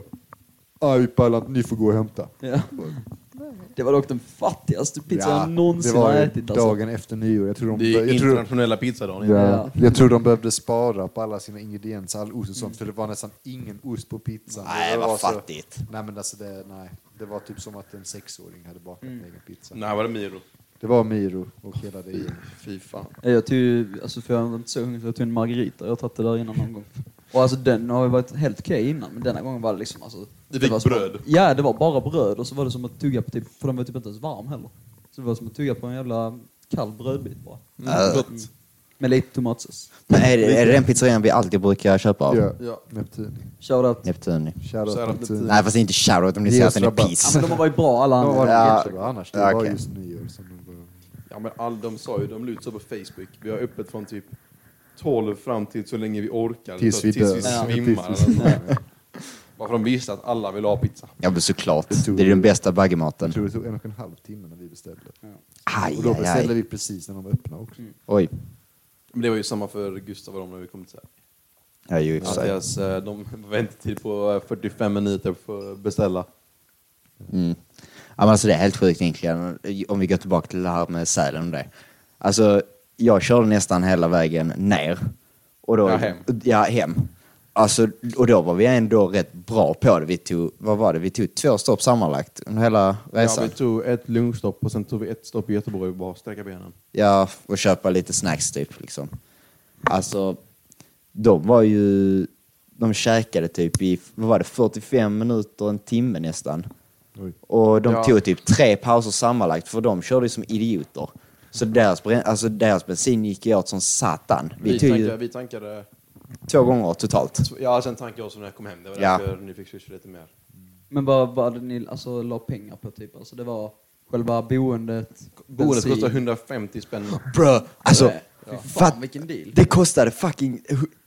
vi pallar inte, ni får gå och hämta. Ja. Det var dock den fattigaste pizza jag det någonsin var har ju ätit alltså. dagen efter nyår. Jag tror de, Det är jag tror, internationella pizzadagen. ja, jag tror de behövde spara på alla sina ingredienser, all ost och sånt. För det var nästan ingen ost på pizzan. Nej, det vad var så- fattigt. Nej men alltså det var typ som att en 6-åring hade bakat egen pizza. Nej, var det Miro? Det var Miro och hela det gänget. Fy fan. Jag tog, alltså för jag var inte så hungrig så jag tog en margarita. Jag har tagit det där innan någon gång. Och alltså den har ju varit helt okej innan, men denna gången var det liksom alltså... Du det fick var som bröd? Ja, det var bara bröd och så var det som att tugga på typ, för den var typ inte ens varm heller. Så det var som att tugga på en jävla kall brödbit bara. Gott. Med lite tomatsås. Men är det den pizzerian vi alltid brukar köpa av? Ja, Ja. Neptuni. Shoutout. Neptuni. Shoutout Shoutout Neptuni. Nej, fast inte shoutout om ni Ge säger oss att den är rabatt. Ja, piss. men de var ju bra alla De andra. var Ja. jättebra annars. Det var Okej. just nyår som de var... Ja, men de sa ju, de la ut så på Facebook. Vi har öppet från typ 12 fram till så länge vi orkar. Tills Så vi dör. svimmar. Tills vi- Bara för de visste att alla ville ha pizza. Ja, men såklart. Det tog- Det är den bästa baggematen. Jag tror det tog 1,5 timme när vi beställde. Aj, Och då aj, beställde aj. vi precis när de öppnade också. Oj. Men det var ju samma för Gustav och dem när vi kom till Sverige. Ja, ju i och för sig. Deras, de väntetid på 45 minuter för att beställa. Mm. Ja, men alltså det är helt sjukt egentligen. Om vi går tillbaka till det här med Sälen och det. Alltså, jag körde nästan hela vägen ner. Och då, Ja, hem. Ja, hem. Alltså, och då var vi ändå rätt bra på det. Vi tog, vad var det? Vi tog 2 stopp sammanlagt under hela Ja, resan. vi tog ett lunchstopp och sen tog vi ett stopp i Göteborg och bara sträcka benen. Ja, och köpa lite snacks typ liksom. Alltså, de var ju... De käkade typ i, vad var det, 45 minuter, en timme nästan. Oj. Och de Ja. tog typ 3 pauser sammanlagt för de körde ju som idioter. Så deras bensin gick ju åt som satan. Vi tankade 2 gånger totalt. Ja, sen tankade jag också när jag kom hem. Det var Ja. därför ni fick swisha lite mer. Men vad hade ni alltså la pengar på typ? Alltså det var själva boendet, Boendet bensin. kostar 150 spänn. Bro, alltså... Fan, vilken deal. Det kostade fucking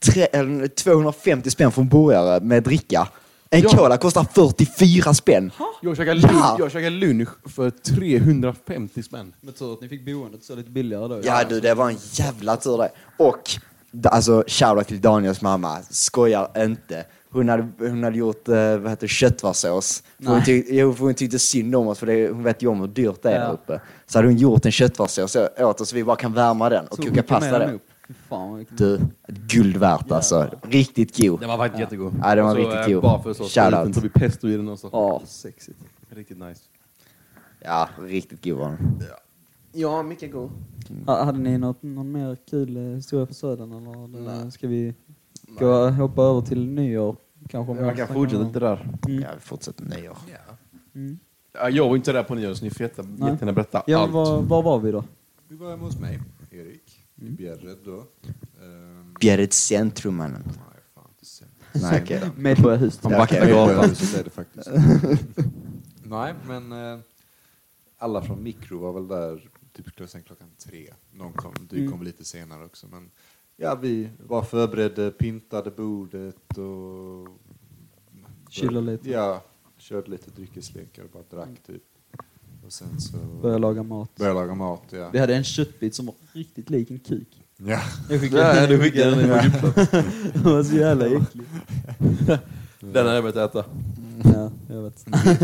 250 spänn för en burgare med dricka. En cola kostar 44 spänn. Jag käkade lunch för 350 spänn. Men tur att ni fick boendet så lite billigare då. Ja du, det var en jävla tur det. Och, alltså, shoutout till Daniels mamma. Skojar inte. Hon hade gjort köttfärssås. För hon tyckte synd om oss, för hon vet ju om hur dyrt det är där uppe. Så hade hon gjort en köttfärssås åt oss så vi bara kan värma den och koka pasta där. Fan, Du, guld värt alltså. Riktigt god. Den var faktiskt jättegod. Ja, den var Så, riktigt god. Bara för så Shoutout. tog vi pesto i den också. Ja, sexigt. Riktigt nice. Ja, riktigt god var den. Ja, mycket god. Hade ni någon mer kul historia för södern eller ska vi hoppa över till nyår? Kanske Jag kan fortsätta lite där. Ja, vi fortsätter nyår. Ja, jag var inte där på nyår så ni får jättegärna berätta Ja, allt. var var vi då? Vi var hemma hos mig, Erik, i Bjärred då. Bjärreds centrum, mannen. Nej, fan inte sen. Nej, okej då. Medborgarhus. Ja, okej. Så är det faktiskt. Nej, men alla från Mikro var väl där typ sen klockan 3. Du kom lite senare också. Men ja, vi var förberedda, pyntade bordet och... Chilla lite. Ja, körde lite dryckeslekar och bara drack typ. Och sen så... Börja laga mat. Ja. Vi hade en köttbit som var riktigt lik en kuk. Ja. Jag skickade Du skickade den i vår grupp. Den var så jävla äcklig. Den har jag börjat äta. Ja, jag vet.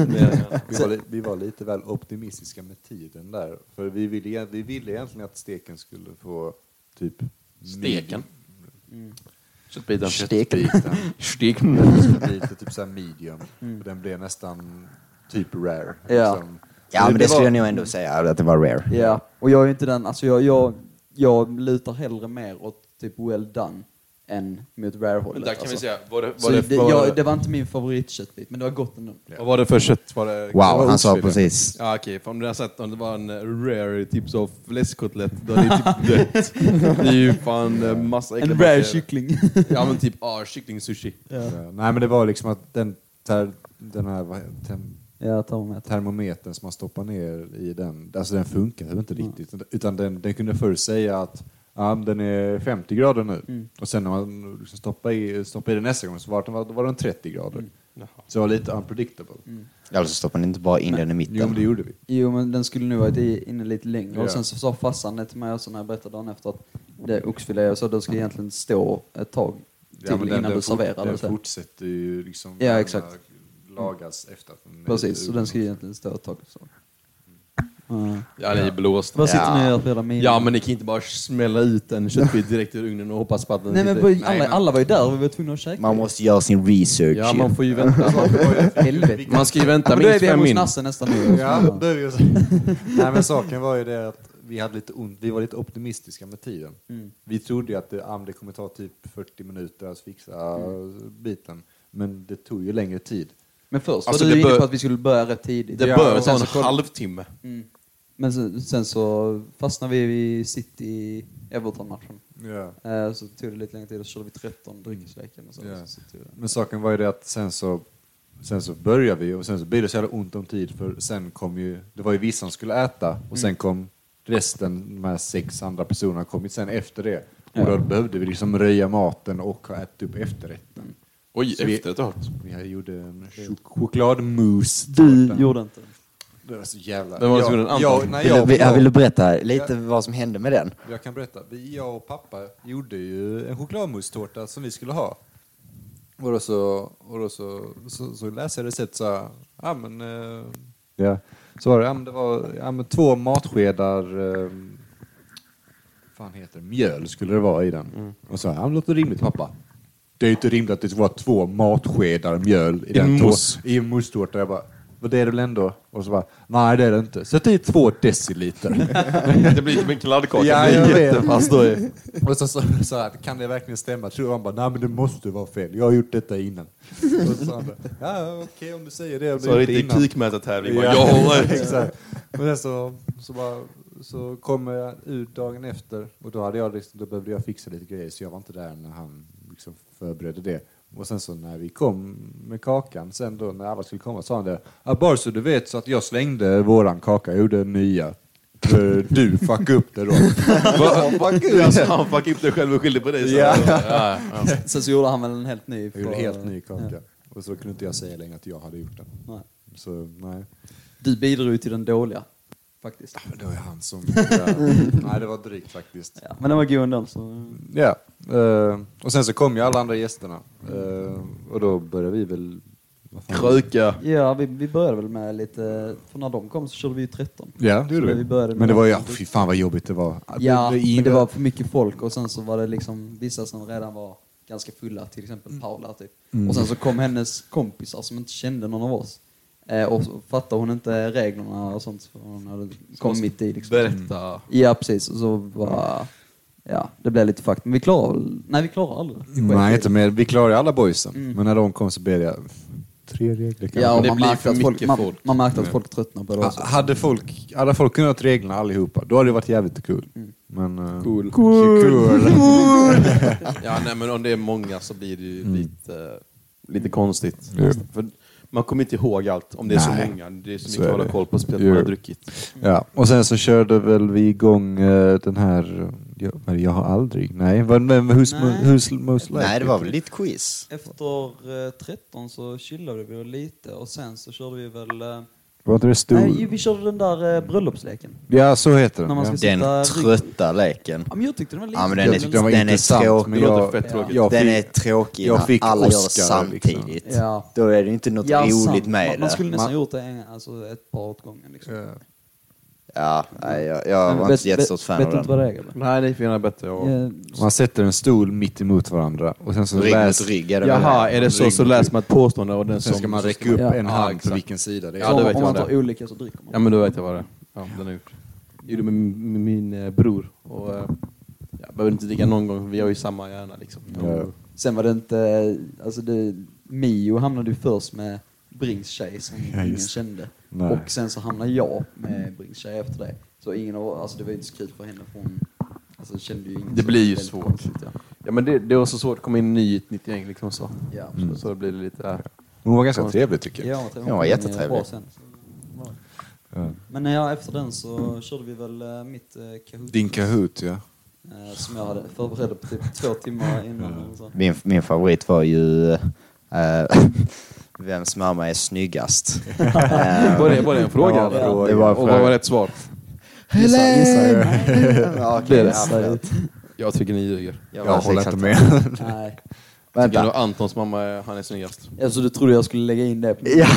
Vi var lite väl optimistiska med tiden där. För vi ville egentligen att steken skulle få typ... Steken? Köttbiten. Steken. Steken. Den skulle bli lite typ såhär medium. Och den blev nästan typ rare. Ja. Liksom. Ja, men det skulle jag nog ändå säga att det var rare. Ja, och jag är inte den, alltså jag lutar hellre mer åt typ well done än mot rare-hållet. Där kan vi alltså. säga, det var inte min favoritköttbit, men det var gott ändå. vad var det för kött? Var det, Wow, han sa oxfilé? precis. Ja, okej. För om du har sett om det var en rare typ så fläskkotlett, då är det typ dött. Det är ju fan massa äckliga En rare bakterier. kyckling. Ja, men typ kyckling-sushi. Ja. Nej, men det var liksom att den här Ja, termometer. termometern som man stoppar ner i den, alltså den funkar inte riktigt. Utan den kunde först säga att den är 50 grader nu. Och sen när man liksom stoppade i den nästa gång så var den 30 grader. Så det var lite unpredictable. Alltså stoppar ni inte bara in den i mitten. Jo, men det gjorde vi. Jo, men den skulle nog varit inne lite längre. Ja. Och sen så sa farsan det till mig också när jag berättade dagen efter att det är oxfilé och så den ska egentligen stå ett tag till men innan du serverar den det sen. fortsätter ju liksom Ja, exakt. lagas efter att den är Precis, så ute. den ska egentligen stå ett tag. Så. Ja, ni är blåst. Vad sitter ni och gör för jävla miner? Ja, men ni kan inte bara smälla ut en köttbit direkt ur ugnen och hoppas på att den Nej, men sitter. alla var ju där och vi var tvungna att käka. Man måste göra sin research. Ja, man får ju vänta. Helvete. Man ska ju vänta Men då är minst vi 5 hemma hos min. Nasse nästan nu. Ja, det är ju så. Nej, men saken var ju det att vi hade lite ont. Vi var lite optimistiska med tiden. Vi trodde ju att det kommer ta typ 40 minuter att fixa biten. Men det tog ju längre tid. Men först Alltså, var du det inne bör- på att vi skulle börja rätt tidigt. Det Ja, bör men ta sen en så halvtimme. Men sen så fastnade vi vid City i Everton-matchen. Ja. Så tog det lite längre tid och så körde vi 13 dryckesleken. Och så, Ja. så tog det. Men saken var ju det att sen så började vi och sen så blev det så jävla ont om tid för sen kom ju, det var ju vissa som skulle äta och sen kom resten, de här 6 andra personerna kom ju sen efter det. Och då behövde vi liksom röja maten och äta upp efterrätten. Oj, Så vi- efterrätt. Vi gjorde en chokladmousse. Du gjorde inte. Det var så jävla... Vem var det som gjorde den andra? Jag ville berätta lite vad som hände med den. Jag kan berätta. Jag och pappa gjorde ju en chokladmousse-tårta som vi skulle ha. Och då så läste jag recept så här, så var det, det var 2 matskedar fan heter det, mjöl skulle det vara i den. Och så det låter rimligt pappa. Det är ju inte rimligt att det ska vara 2 matskedar mjöl i den i en moussetårta. Jag bara, vad det är det väl ändå? Och så bara, nej det är det inte. Sätt i 2 deciliter. Det blir typ en kladdkaka. Ja, Det jag blir vet. jättefast då är- Och så här, kan det verkligen stämma? Tror han bara, nej men det måste vara fel. Jag har gjort detta innan. Och så sa han, ja okej om du säger det. Om Så du är gjort det det riktigt innan. pikmätartävling. Ja, Jag har rätt. exakt. Men sen så kommer jag ut dagen efter och då behövde jag fixa lite grejer så jag var inte där när han liksom förberedde det. Och sen så när vi kom med kakan, sen då när alla skulle komma sa han det. Bara så du vet så att jag slängde våran kaka, jag gjorde en nya. Du fuck upp det då. Han fuck upp det själv och skyllde på dig. Ja. Sen så gjorde han väl en helt ny. Jag gjorde helt ny kaka. Och så kunde inte jag säga längre att jag hade gjort den. Nej. Så nej. Du bidrog ju till den dåliga, faktiskt. Det var han som... nej, det var drygt faktiskt. Ja, men den var god ändå. Så... Ja. Och sen så kom ju alla andra gästerna. Och då började vi väl... Kröka. Ja, vi började väl med lite... För när de kom så körde vi ju 13. Ja, det gjorde vi. Men det var ju... Fy fan vad jobbigt det var. Ja, men det var för mycket folk. Och sen så var det liksom vissa som redan var ganska fulla. Till exempel Paula typ. Och sen så kom hennes kompisar som inte kände någon av oss. Och så fattade hon inte reglerna och sånt. För hon hade kommit mitt i liksom. Berätta. Ja, precis. Och så var... Ja, det blev lite fakt. Men vi klarar aldrig. Nej, inte med. Vi klarade alla boysen. Men när de kom så blev jag... 3 regler kanske. Ja, och det man blir märkte för att mycket folk. Man märkte att folk tröttnade på det också. Hade folk kunnat reglerna allihopa, då hade det varit jävligt kul. Men... Cool. Ja, nej, men om det är många så blir det ju lite konstigt. För man kommer inte ihåg allt om det är så många. Det är så mycket att hålla koll på spelet man har druckit. Ja, och sen så körde väl vi igång den här... Jag har aldrig... Nej, who's most likely? Nej, det var väl lite quiz. Efter 13 så chillade vi lite. Och sen så körde vi väl... Var inte det stor? Nej, vi körde den där bröllopsleken. Ja, så heter När man den. ska Den trötta leken. Ja, men jag tyckte den var lite... Ja, men Jag tyckte den var intressant, men Den är tråkig jag när fick alla gör det Oscar, samtidigt. liksom. Ja. Då är det inte något roligt med man skulle det. nästan gjort det ett par åt gången. Liksom. Ja, nej, jag var inte jättestort fan vet av du inte den. vad det är? Eller? Nej, det är för gärna bättre. Ja. Man sätter en stol mitt emot varandra och sen så Rygg mot rygg är det väl Jaha, här. är det så läser man ett påstående och den Sen som... ska man räcka upp en hand på exakt. vilken sida det är. Ja, Så det vet om jag man vad tar olika så dricker man. Ja, men då vet jag vad det är. Ja, den har gjort. Jag gjorde med min bror. Och jag behöver inte dricka någon gång, vi har ju samma hjärna liksom. Ja. Sen var det inte... Alltså Mio hamnade ju först med Brings tjej som ingen kände. Nej. Och sen så hamnade jag med Brings tjej efter det. Så ingen av... Alltså det var ju inte så kul för henne för hon... Alltså kände ju ingen. Det blir ju väldigt svårt. konstigt, ja. Ja, men det var så svårt att komma in ny i ett nytt gäng liksom så. Ja, Så det blir lite... Hon var ganska trevlig tycker jag. Ja, var jättetrevlig. Bra sen, så var det. Ja. Men efter den så körde vi väl mitt Kahoot. Din Kahoot, ja. Som jag hade förberett på typ 2 timmar innan. Och så. Min favorit var ju vems mamma är snyggast. Var det en fråga? Ja, eller? det var och vad var rätt svar? Gissa. Ja, Det är okej, det. Jag tycker ni ljuger. Jag håller inte med. Nej. Jag tycker Vänta. nog Antons mamma han är snyggast. Alltså du trodde jag skulle lägga in det på Ja.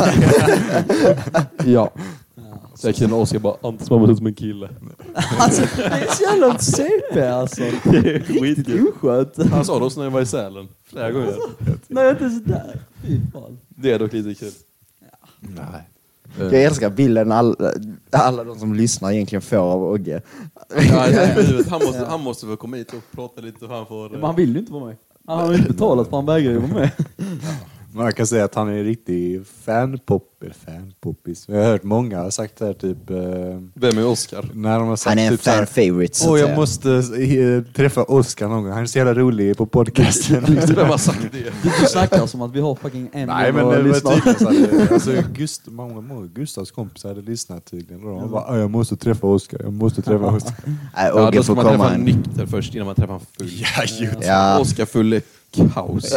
Ja. Så jag kunde Oskar bara, Antons mamma ser ut som en kille. Alltså, det är så jävla CP alltså. Det är skitkul. Oskönt. Han sa det också när jag var i Sälen. Flera gånger. Nej, jag är inte sådär. Fy fan. Det är dock lite kul. Nej. Jag älskar bilden alla de som lyssnar egentligen får av Ogge. Ja, han måste väl komma hit och prata lite hur han får... Men han vill ju inte vara med. Han har ju inte betalat för han vägrar ju vara med. Man kan säga att han är en riktig fanpoppis. Jag har hört många ha sagt det här typ... Vem är Oskar? När de har sagt Han är en typ så här, fan-favorite, så att jag säga. måste träffa Oskar någon gång. Han är så jävla rolig på podcasten. Vem har sagt det? Du snackar som att vi har fucking en Nej, men det var lyssnare. typ så här, många Gustavs kompisar hade lyssnat tydligen. Och de bara, jag måste träffa Oskar. Nej, Ja, Ogge då ska får man träffa komma en en... nykter först innan man träffar en full. Ja. Oskar full är kaos.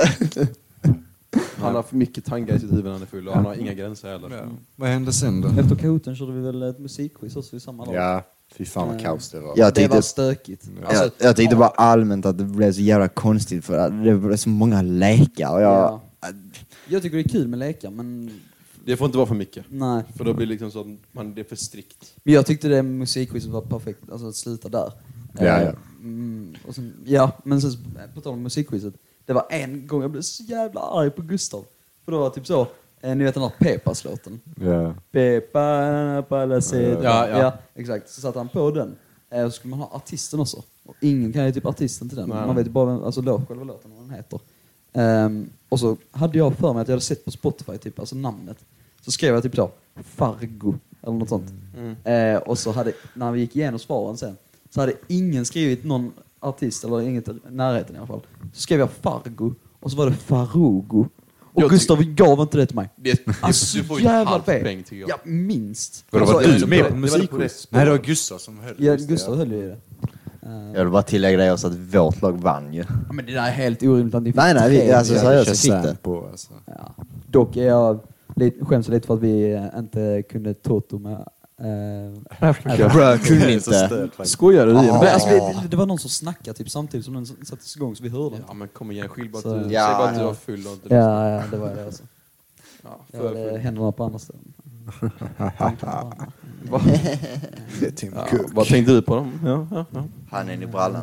Han har för mycket tankar i sitt huvud när han är full och han har inga gränser heller. Ja. Vad hände sen då? Efter Kahooten körde vi väl ett musikquiz också i samma dag. Ja, fy fan vad kaos det var. Jag Det var tyckte, stökigt. Alltså, jag tyckte bara allmänt att det blev så jävla konstigt för att det var så många lekar. Och ja. Jag tycker det är kul med lekar, men Det får inte vara för mycket. nej. För då blir det liksom så att det är för strikt. Men jag tyckte det musikquizet var perfekt, alltså att sluta där. Ja. Och sen, men sen på tal om musikquizet, det var en gång jag blev så jävla arg på Gustav. För då var typ så, ni vet den här Pepas-låten. Ja. Pepa, palacet. Ja. Exakt. Så satte han på den. Och så skulle man ha artisten också. Och ingen kan ju typ artisten till den. Nej. Man vet ju bara själva låten, vad den heter. Och så hade jag för mig att jag hade sett på Spotify typ, alltså namnet. Så skrev jag typ så, Fargo. eller något sånt. Och så hade, när vi gick igenom svaren sen, så hade ingen skrivit någon artist, eller inget i närheten i alla fall. Så skrev jag Fargo, och så var det Farugo. Och Gustav gav inte det till mig. Alltså du får jävla halv fel. poäng, tycker jag. Ja, minst. Var Alltså, du med på musikquiz? Nej, det var Gustav som höll. Ja, Gustav höll ju i det. Jag vill bara tillägga det också att vårt lag vann ju. Ja, men det där är helt orimligt att ni fick Nej, vi, alltså Jag seriöst fick kör det. på alltså. Ja. Dock är jag skäms lite för att vi inte kunde Toto med... Bro, kunde inte. Skojar du igen? Men alltså, det var någon som snackade typ samtidigt som den sattes igång så vi hörde den. Ja, men kom igen, skilj bara Så- att du, Ja, säg bara att du ja. var full och inte Ja, det var det alltså. Ja, Jag hade händerna på andra ställen. Det är Tim Ja, Cook. vad tänkte du på dem? Ja. Han är i brallan.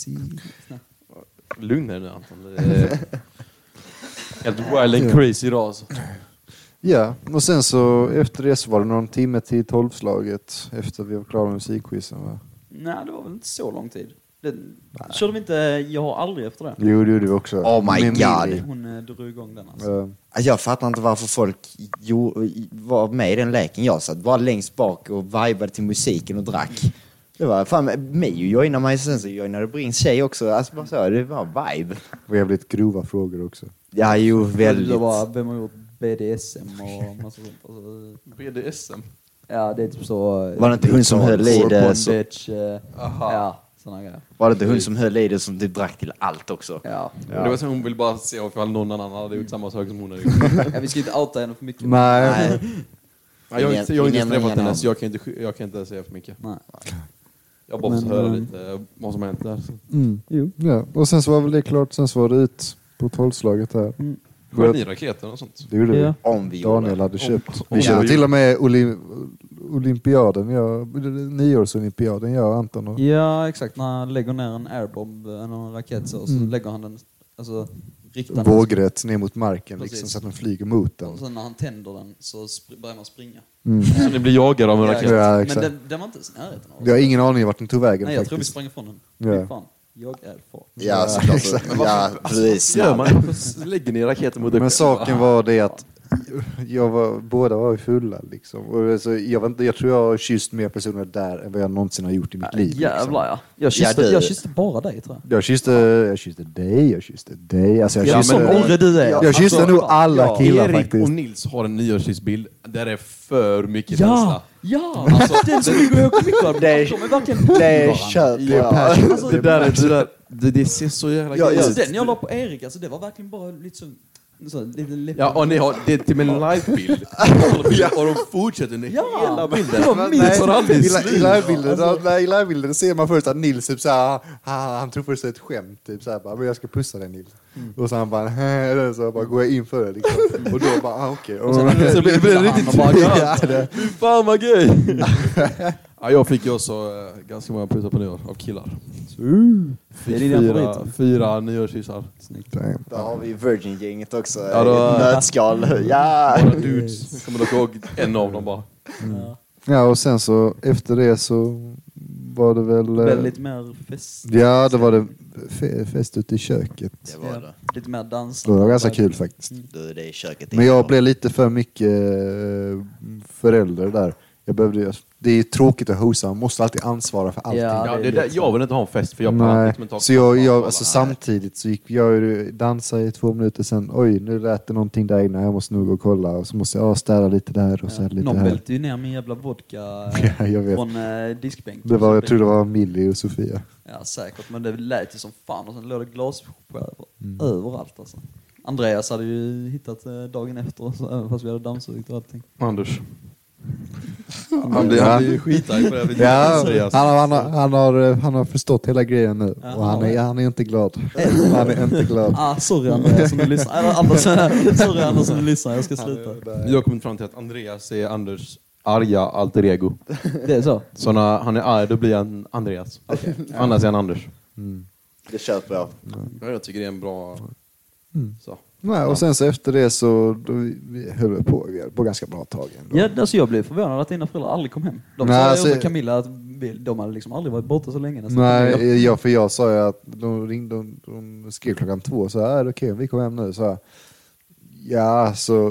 Lugn dig nu, Anton. Det är helt wild and crazy idag alltså. Ja, och sen så efter det så var det någon timme till 12-slaget efter vi var klara med musikquizen, va? Nej, det var väl inte så lång tid. Körde vi inte Jag har aldrig efter det? Jo, det gjorde vi också. Oh my Med God. Millie. Hon drog igång den alltså. Jag fattar inte varför folk var med i den leken. Jag satt bara längst bak och vibade till musiken och drack. Det var fan mig joinade mig, sen så joinade Brins tjej också. Alltså bara så, det var vibe. Och jävligt grova frågor också. Ja, jo, väldigt. Det var, vem har gjort BDSM och massa sånt. Alltså, BDSM? ja, det är typ så... Var det inte hon som höll i det? Så, Bondage, ja, såna grejer. var det inte hon som höll i det som typ drack till allt också? Ja. Det var så hon vill bara se ifall någon annan hade gjort samma sak som hon hade gjort. Ja, vi ska inte outa henne för mycket. Nej. Ja, jag har inte träffat henne namn. så jag kan inte säga för mycket. Nej. Jag bara måste Men, höra lite vad som har hänt där. Så. Jo. Ja, och sen så var väl det klart. Sen så var det ut på 12-slaget här. Sköt ni raketer och sånt? Det gjorde vi. Ja. Om vi gjorde Daniel det. hade köpt. om Vi vi körde gjorde. till och med olympiaden, 9-årsolympiaden, jag och Anton. Och, Ja, exakt. När han lägger ner en airbomb, en raket så lägger han den, alltså riktar den. vågrätt ner mot marken liksom, Precis. så att den flyger mot den. Och sen när han tänder den så börjar man springa. Så ni blir jagade av en raket? Ja, Men exakt. den var inte ens i närheten av oss. Jag har ingen aning vart den tog vägen Nej, jag tror vi faktiskt. sprang ifrån den. Ja. Fy fan. Jag är far. Ja, såklart. Så, ja, precis. Gör man? Varför lägger ni raketer mot Men saken var det att båda var fulla liksom. Och alltså, jag tror jag har kysst mer personer där än vad jag någonsin har gjort i mitt liv. Jävlar ja. Jag kysste bara dig tror jag. Jag kysste dig. Alltså, Ja, kysste, men orre du är. jag kysste nog alla killar Erik faktiskt. och Nils har en nyårsdagsbild där det är för mycket känsla. Ja! Alltså, den som vi går ihåg mycket av. De är verkligen Det är kört. Ja. Alltså, Det ser så jävla Ja, kul alltså, ut. den jag la på Erik, alltså, det var verkligen bara lite så lite lätt. Ja, och ni har det är till en livebild. Och de fortsätter under hela bilden. Det var min tar aldrig slut. I livebilden ser man först att Nils typ såhär, han tror först det är ett skämt typ såhär, bara, men jag ska pussa dig Nils. Och så han bara, så bara går jag in för det liksom. Och då bara, okej. Och sen Så blir det riktigt Ja, Fy fan vad gay! Ja, jag fick ju också ganska många pussar på nyår av killar. Det är dina favoriter. 4 nyårskyssar. Då har vi Virgin-gänget också. Ja, då- Nötskal. Ja! Bara dudes. Jag kommer dock ihåg en av dem bara. Ja, och sen så efter det så var det väl... Väldigt mer fest. Ja, det var det fest ute i köket. Det var det. Lite mer dans. Det var ganska kul faktiskt. Du, det är köket. Men jag blev lite för mycket förälder där. Det är tråkigt att hosta, man måste alltid ansvara för allting. Ja, Ja, det det är där, lite jag vill inte ha en fest för jag pallar Nej, inte mentalt. så jag alltså, samtidigt så gick jag dansa i 2 minuter sen. Oj, nu lät det någonting där inne. Jag måste nog gå och kolla. Och så måste jag städa lite där och så lite Någon här. välte ju ner min jävla vodka Ja, jag vet. från diskbänken. Jag tror det var Millie och Sofia. Ja, säkert. Men det lät ju som fan. Och sen låg det glasskärvor överallt alltså. Andreas hade ju hittat dagen efter, så, även fast vi hade dammsugit och allting. Anders. Han blir ju skitarg på det. Ja, han har förstått hela grejen nu. Ja, Och han är inte glad. Han är inte glad. Sorry Andreas som du lyssnar. Eller Anders, sorry Anders som du lyssnar. Jag ska sluta. Jag har kommit fram till att Andreas är Anders arga alter ego. Det är så? Så när han är arg då blir han Andreas. Annars är han Anders. Det köper jag. Ja, jag tycker det är en bra... Så. Nej, och sen så efter det så vi höll vi på ganska bra tag ändå. Ja, alltså jag blev förvånad att dina föräldrar aldrig kom hem. De Nej, sa alltså- till Camilla att de hade liksom aldrig varit borta så länge. Nästan. Nej, jag sa ju att de ringde, de skrev 2:00 så här, okej, vi kommer hem nu så här. Ja, så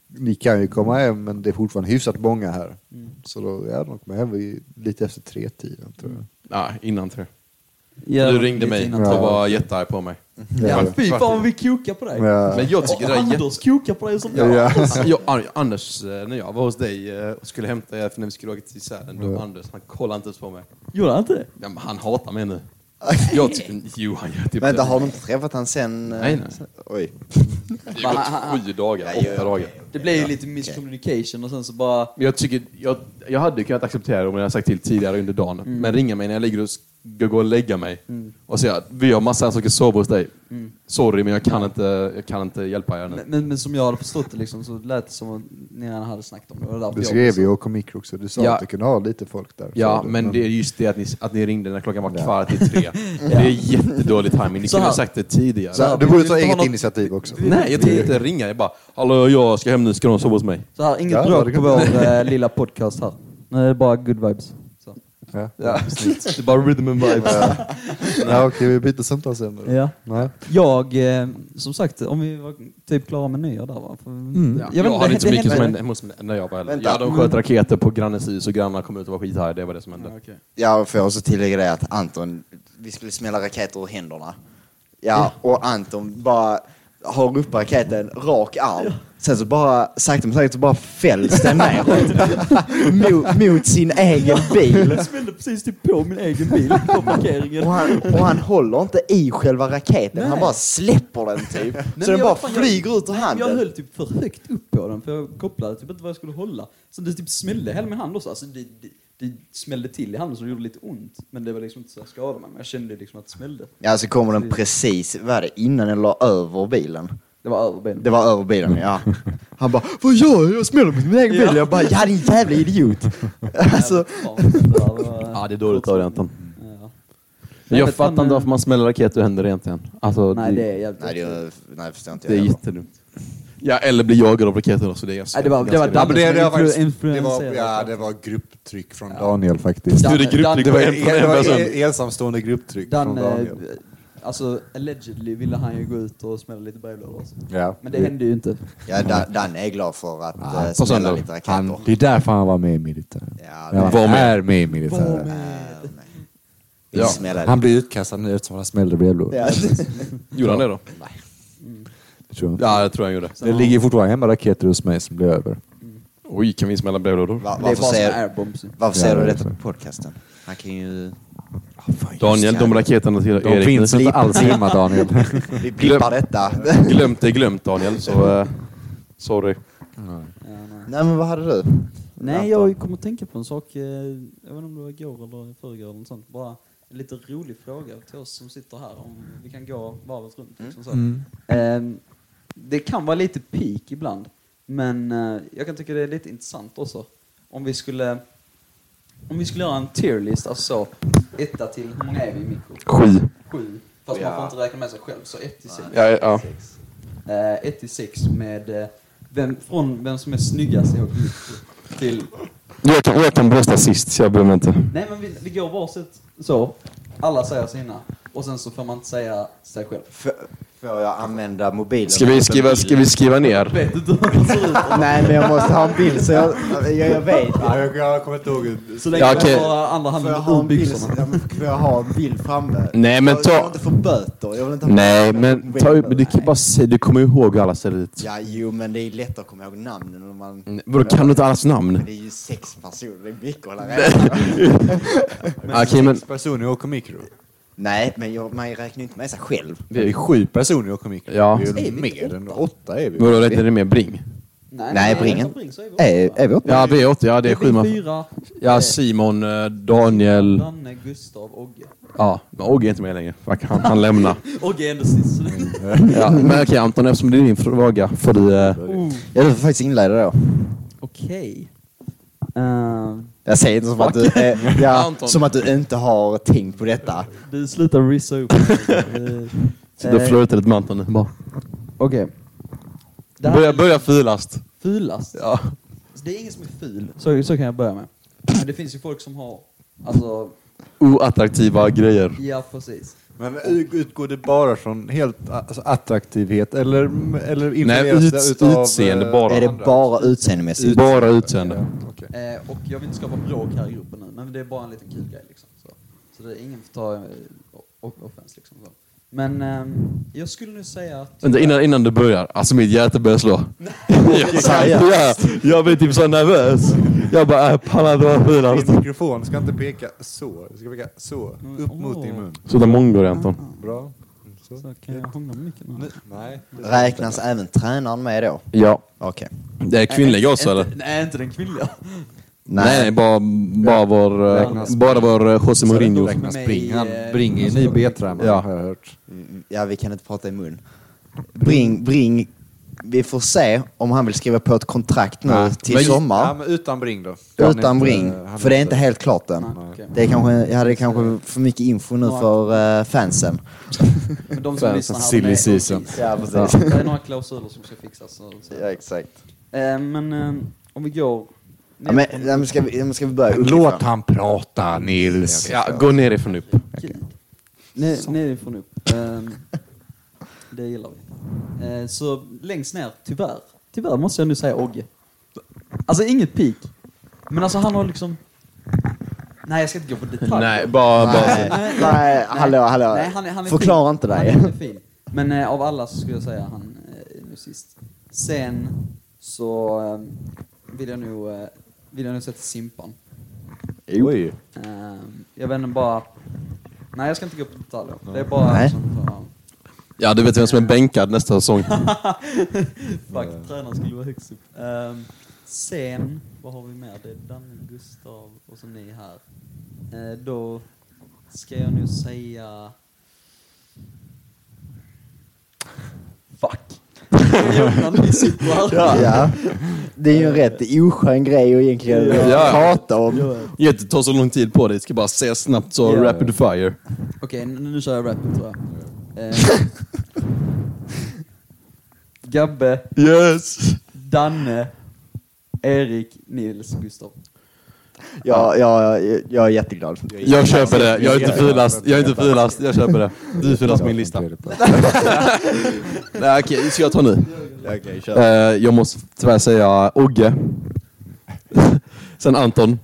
ni kan ju komma hem, men det är fortfarande hyfsat många här. Så då är jag nog med hem lite efter 3-tiden, tror jag. Nej, innan tror jag. Ja, Du ringde lite mig innan. och Ja. var jättearg på mig. Ja, fy fan vad vi kokar på dig. Ja. Men jag tycker Och det är Anders kokar på dig som jag. Ja. Anders, när jag var hos dig och skulle hämta er för när vi skulle åka till Sälen, då Anders, han kollade inte ens på mig. Gjorde han inte det? Ja, men han hatar mig nu. Jag tycker, jo, han gör typ Vänta, det. har du inte träffat han sen? Nej. Oj. Det har gått 7 dagar, 8 dagar. Det blev ju lite miscommunication och sen så bara... Men jag tycker, jag hade kunnat acceptera det om jag hade sagt till tidigare under dagen. Men ringa mig när jag ligger och ska gå och lägga mig. Och säga, vi har massa saker sova hos dig. Sorry, men jag kan inte hjälpa er nu. Men som jag hade förstått det liksom, så lät det som att ni redan hade snackat om det. Och därför Du jag skrev också- ju och komikro också. Du sa Ja. att du kunde ha lite folk där. Ja, Sa du, men det är just det att ni ringde när klockan var Ja. kvart i 3. Det är jättedålig timing. Ni Så kunde ha här. sagt det tidigare. Så, Ja, du vi borde vill ta inte ha eget något- initiativ också. Nej, jag tänkte inte ringa. Jag bara, hallå, jag ska hem nu. Ska de sova hos mig? Så här, inget Ja, det bråk kan på du- vår lilla podcast här. Nu är det bara good vibes. Så. Ja. Ja, det är bara rhythm and vibes. Ja, okej, vi byter samtalsämne. Ja. Nej. Jag, som sagt, om vi var typ klara med nyår där va? För, Ja, jag vet jag hade inte så mycket som hände- hände hemma hos mig när jag var äldre. Vänta. Ja, de sköt raketer på grannens hus och grannar kom ut och var skitare. Det var det som hände. Ja, okej. Jag får också tillägga det att Anton, vi skulle smälla raketer ur händerna. Ja, och Anton bara har upp raketen rak arm. Sen så bara, sakta men säkert så bara fälls den ner mot sin egen bil. Jag smällde precis typ på min egen bil på parkeringen. Och han håller inte i själva raketen, Nej. han bara släpper den typ. Så den bara flyger ut ur Jag handen. höll typ för högt upp på den för jag kopplade typ inte vad jag skulle hålla. Så det typ smällde hela min hand också. Alltså det smällde till i handen så det gjorde lite ont. Men det var liksom inte så jag skadade mig. Men jag kände liksom att det smällde. Ja, så kommer den precis, vad är det, innan eller över bilen? Det var över benen. Det var över bilen, ja. Han bara, vad gör jag? Jag smäller på min egen bil. Jag bara, ja din jävla idiot. Alltså, Ja, det är dåligt av det, Anton. Ja. Men jag vet fattar fan, inte varför man smäller raketer ur händer egentligen. Alltså, Nej, det är jävligt. nej, det förstår inte det är jag. jättedumt. Ja, eller blir jagad av raketer så det är Nej, det var Ja, Danne men det var som faktiskt, influenserade. det var grupptryck från Daniel faktiskt. Dan- Du, det är grupptryck Det på var, en person. ensamstående grupptryck från Danne, Daniel. alltså allegedly ville han ju gå ut och smälla lite brevlådor. Alltså. Ja. Men det hände ju inte. Ja, Danne är glad för att på smälla söndag. lite raketer. Det är därför han var med i militären. Ja, Ja, Var han med. är med i militären. Vi Ja. smäller Han blir utkastad nu eftersom han smällde brevlådor. Ja. Gjorde han det då? Det tror jag inte. Ja, det tror jag gjorde. Det ligger fortfarande hemma raketer hos mig som blir över. Oj, kan vi smälla brevlådor? Det är Varför bara som säger, airbombs. varför säger Ja, du det är detta så. på podcasten? Han kan ju... Daniel, de raketerna till De Erik. finns nu. inte alls hemma, Daniel. Vi blippar detta. Glömt är glömt, Daniel. Så, sorry. Ja, nej. Nej, men vad hade du? Nej, jag kommer att tänka på en sak. Jag vet inte om det var igår eller förrgår eller något sånt. Bara en lite rolig fråga till oss som sitter här. Om vi kan gå varvet runt. Liksom så. Det kan vara lite peak ibland. Men jag kan tycka det är lite intressant också. Om vi skulle göra en tierlist, alltså så. 1 till, hur många är vi i mikro? 7. Fast man får inte räkna med sig själv, så 1 till 6. Ja. 1 till 6 med från vem som är snyggast i Hockey till... Jag kan brösta sist, så jag behöver inte. Nej, men vi går varsitt så. Alla säger sina. Och sen så får man inte säga sig själv. Får jag använda mobilen? Ska vi skriva ner? Vet inte hur det ser ut. Nej, men jag måste ha en bild så jag vet. Jag kommer inte ihåg. Så länge Ja, jag okej. har andra Får jag handen ha ur en bild? byxorna. Får jag ha en bild framme? Nej, men Jag vill ta... inte få böter. Jag vill inte ha Nej, böter. men ta upp, du kan bara säga, du kommer ihåg hur alla ser ut. Ja, jo, men det är lätt att komma ihåg namnen om man... Vadå, kan du inte allas namn? Men det är ju 6 personer, det är mycket att hålla reda på. Okej, men personer åker mikro. Nej, men man räknar ju inte med sig själv. Vi är 7 personer åker mikro. Ja. Vi är mer än 8 är vi. vadå, räknar det med Bring? Nej, Bringen. Så är vi Är vi 8? Ja, vi är 8, ja det är 7 man. 4. Ja, Simon, Daniel. Danne, Gustav, Ogge. Ja, men Ogge är inte med längre. Fuck, han lämnar. Ogge är ändå sist. Ja, men okej Anton, eftersom det är din fråga får du... Jag vill faktiskt inleda då. Okej. Jag säger inte som att du, Anton. som att du inte har tänkt på detta. Du slutar rissa upp. Så då flörtar lite med Anton nu. Bara. Okej. Börja fulast. Fulast. Ja. Så det är ingen som är ful. Så kan jag börja med. Men det finns ju folk som har, alltså, Oattraktiva grejer. ja precis. Men utgår det bara från helt attraktivitet eller Nej, utseende bara. Är det bara utseendemässigt? Bara utseende. Okay. Och jag vill inte skapa bråk här i gruppen nu, men det är bara en liten kul grej liksom. Så det är ingen får ta offens liksom. Så. Men jag skulle nu säga att... Innan du börjar, alltså mitt hjärta börjar slå. Jag blir typ så nervös. Jag bara, pallar dra finast. Din mikrofon ska inte peka så. Det ska peka så. Upp mot din mun. Så där många går det, Anton. Bra. Så kan jag hångla mycket nu? Nej. Räknas även tränaren med då? Ja. Okej. Det är kvinnliga också, eller? Nej, inte den kvinnliga. Nej, bara vår José Mourinho. Bring in i B-tränaren, Ja. har jag hört. Ja, vi kan inte prata i mun. Bring. Vi får se om han vill skriva på ett kontrakt nu till sommar. Ja, men utan Bring då. Utan Bring. För det är inte helt klart än. Okay. Det är kanske för mycket info nu för fansen. Men de som lyssnar här, Silly season. Ja, precis. det är några klausuler som ska fixas. Så. Ja, exakt. Men om vi går... Ja, men ska vi börja Låt uppifrån? han prata, Nils. Ja, gå nerifrån upp. Nerifrån upp. Det gillar vi. Så längst ner, tyvärr måste jag nu säga Ogge. Alltså inget peak. Men alltså han har liksom... Nej, jag ska inte gå på detalj. Nej, bara... Nej, hallå. Nej, han är Förklara fin. inte dig. Han är fin. Men av alla så skulle jag säga han nu sist. Sen så vill jag nog sätta Simpan. Oj. Jag vet inte bara... Nej, jag ska inte gå på detaljer. Det är bara... Nej. Ja, du vet vem som är bänkad nästa säsong. Fuck, tränaren skulle vara högst upp. Sen, vad har vi mer? Det är Danne, Gustav och så ni här. Då ska jag nu säga... Fuck. Ja. Det är ju en rätt oskön grej att egentligen prata om. Jag inte ta så lång tid på det. Jag ska bara säga snabbt så rapid fire. Okej, nu kör jag rapid tror jag. Gabbe, Yes! Danne, Erik, Nils, Gustav. Jag är jätteglad. Jag köper det. Jag är inte fulast. Jag köper det. Du är fulast min lista. Nej, okej, ska jag ta nu? Okej, kör. Jag måste tyvärr säga Ogge. Sen Anton.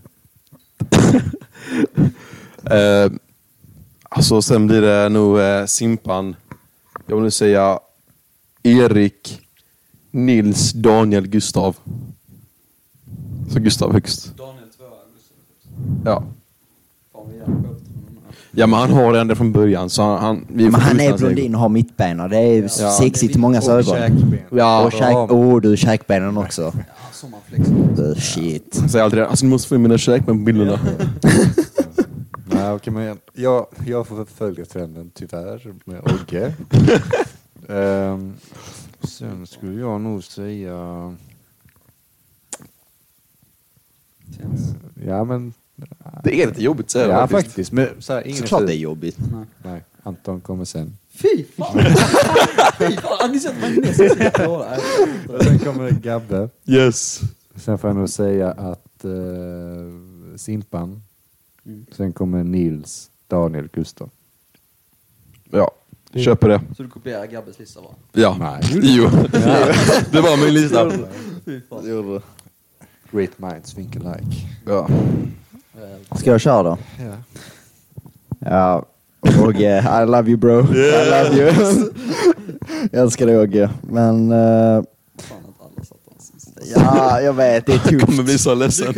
Alltså sen blir det nog Simpan. Jag vill nu säga Erik, Nils, Daniel, Gustav. Så Gustav högst. Daniel 2, Gustav högst. Ja. Fan, vi är på. Ja, men han har det ända från början. Så Men han är blondin och har mittbena. Det är sexigt i mångas ögon. Ja. Och du käkbenen också. Ja, som man flexar. Shit. Jag säger aldrig, alltså ni måste få in mina käkben på bilderna. Nej, okej, men jag får följa trenden tyvärr med Ogge. Sen skulle jag nog säga... Ja, men... Det är lite jobbigt att säga. Ja, faktiskt. Men så här, ingen Såklart det är jobbigt. Nej, Anton kommer sen. Fy fan! Har ni sett magneset? Sen kommer Gabbe. Yes. Sen får jag nog säga att Simpan. Sen kommer Nils, Daniel, Gustav. Ja, köper det. Så du kopierar Gabbes lista va? Ja. Nej. Jo. Det var min lista. Fy fan. Great minds think alike. Ja. Ska jag köra då? Ja. Ja. Ogge, I love you bro. I love you. Jag älskar dig Ogge. Men... Fan att alla satt hans sista. ja, jag vet. Det är Jag tufft. kommer bli så ledsen.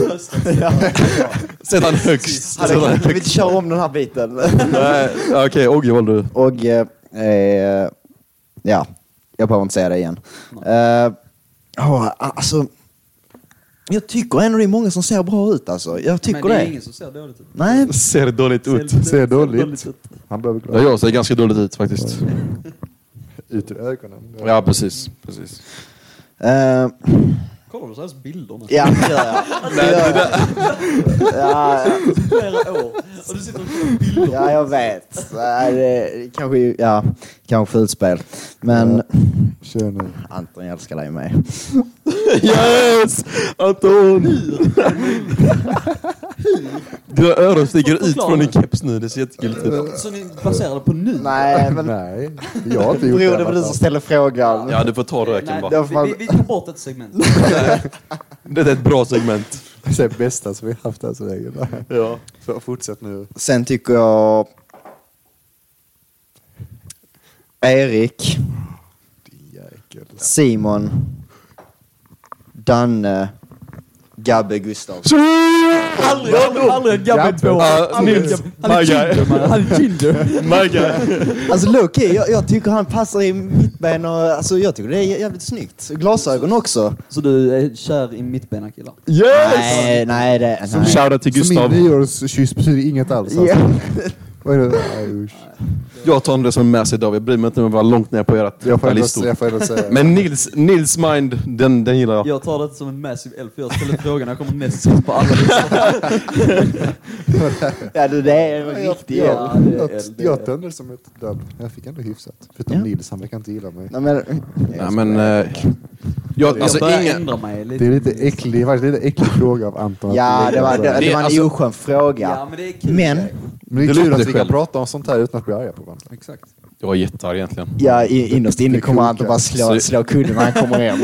Sätt han högst. Kan vi inte köra om den här biten? Okej, Ogge valde du. Ogge, ja. Jag behöver inte säga det igen. Alltså... Jag tycker ändå det är många som ser bra ut alltså. Jag tycker men det är det. ingen som ser dåligt ut. Nej. Ser dåligt ut. Ser dåligt. Han behöver Ja, jag ser ganska dåligt ut faktiskt. ut ur ögonen. Ja, precis. Kollar du så här bilderna? Ja, det gör jag. Ja, Flera år. Och du sitter och kollar bilder. ja, jag vet. Nej, det kanske fulspel. Men Kör nu. Anton, jag älskar dig med. Yes! Anton! Dina öron sticker ut från din keps nu, det ser jättegulligt ut. Så ni baserar det på nu? Nej, men Nej, jag har inte gjort bror, det. det var du som ställer frågan. Ja, du får ta röken bara. Vi tar bort ett segment. Det är ett bra segment. Det är det bästa som vi har haft här så länge. Ja. Så fortsätt nu. Sen tycker jag Erik, Jäkel. Simon, Danne, Gabbe, Gustav. Aldrig en Gabbe 2. Nils, Han är ginger. Magga. Alltså Loki, jag tycker han passar i mittben och alltså, jag tycker det är jävligt snyggt. Glasögon också. Så du är kär i mittbena killar? Yes! Nej, det... Som nej. shoutout till Så Gustav. min 9-årskyss betyder inget alls. Alltså. Ja. Vad är det? Nej, usch. Jag tar det som en mass idag. Jag bryr mig inte om att vara långt ner på ert Jag får listor. ändå säga. Men Nils mind, den gillar jag. Jag tar det som en massive elf. Jag ställer frågan, jag kommer näst sist på alla listor. Ja, det är en riktig hjälp. Ja, det är eld. Jag tände det som ett dubb. Jag fick ändå hyfsat. Förutom Ja. Nils, han verkar inte gilla mig. Nej, men... Ja, men... alltså, Jag börjar ingen... ändra mig lite. Det är lite äcklig, det är faktiskt lite äcklig fråga av Anton. Ja, det var Det är en alltså- oskön fråga. Ja, men det är kul. Men, Men det Det är kul luktar att vi själv. kan prata om sånt här utan att bli arga på varandra. Exakt. Jag var jättearg egentligen. ja, innerst inne kommer han inte bara slå kudden när han kommer hem.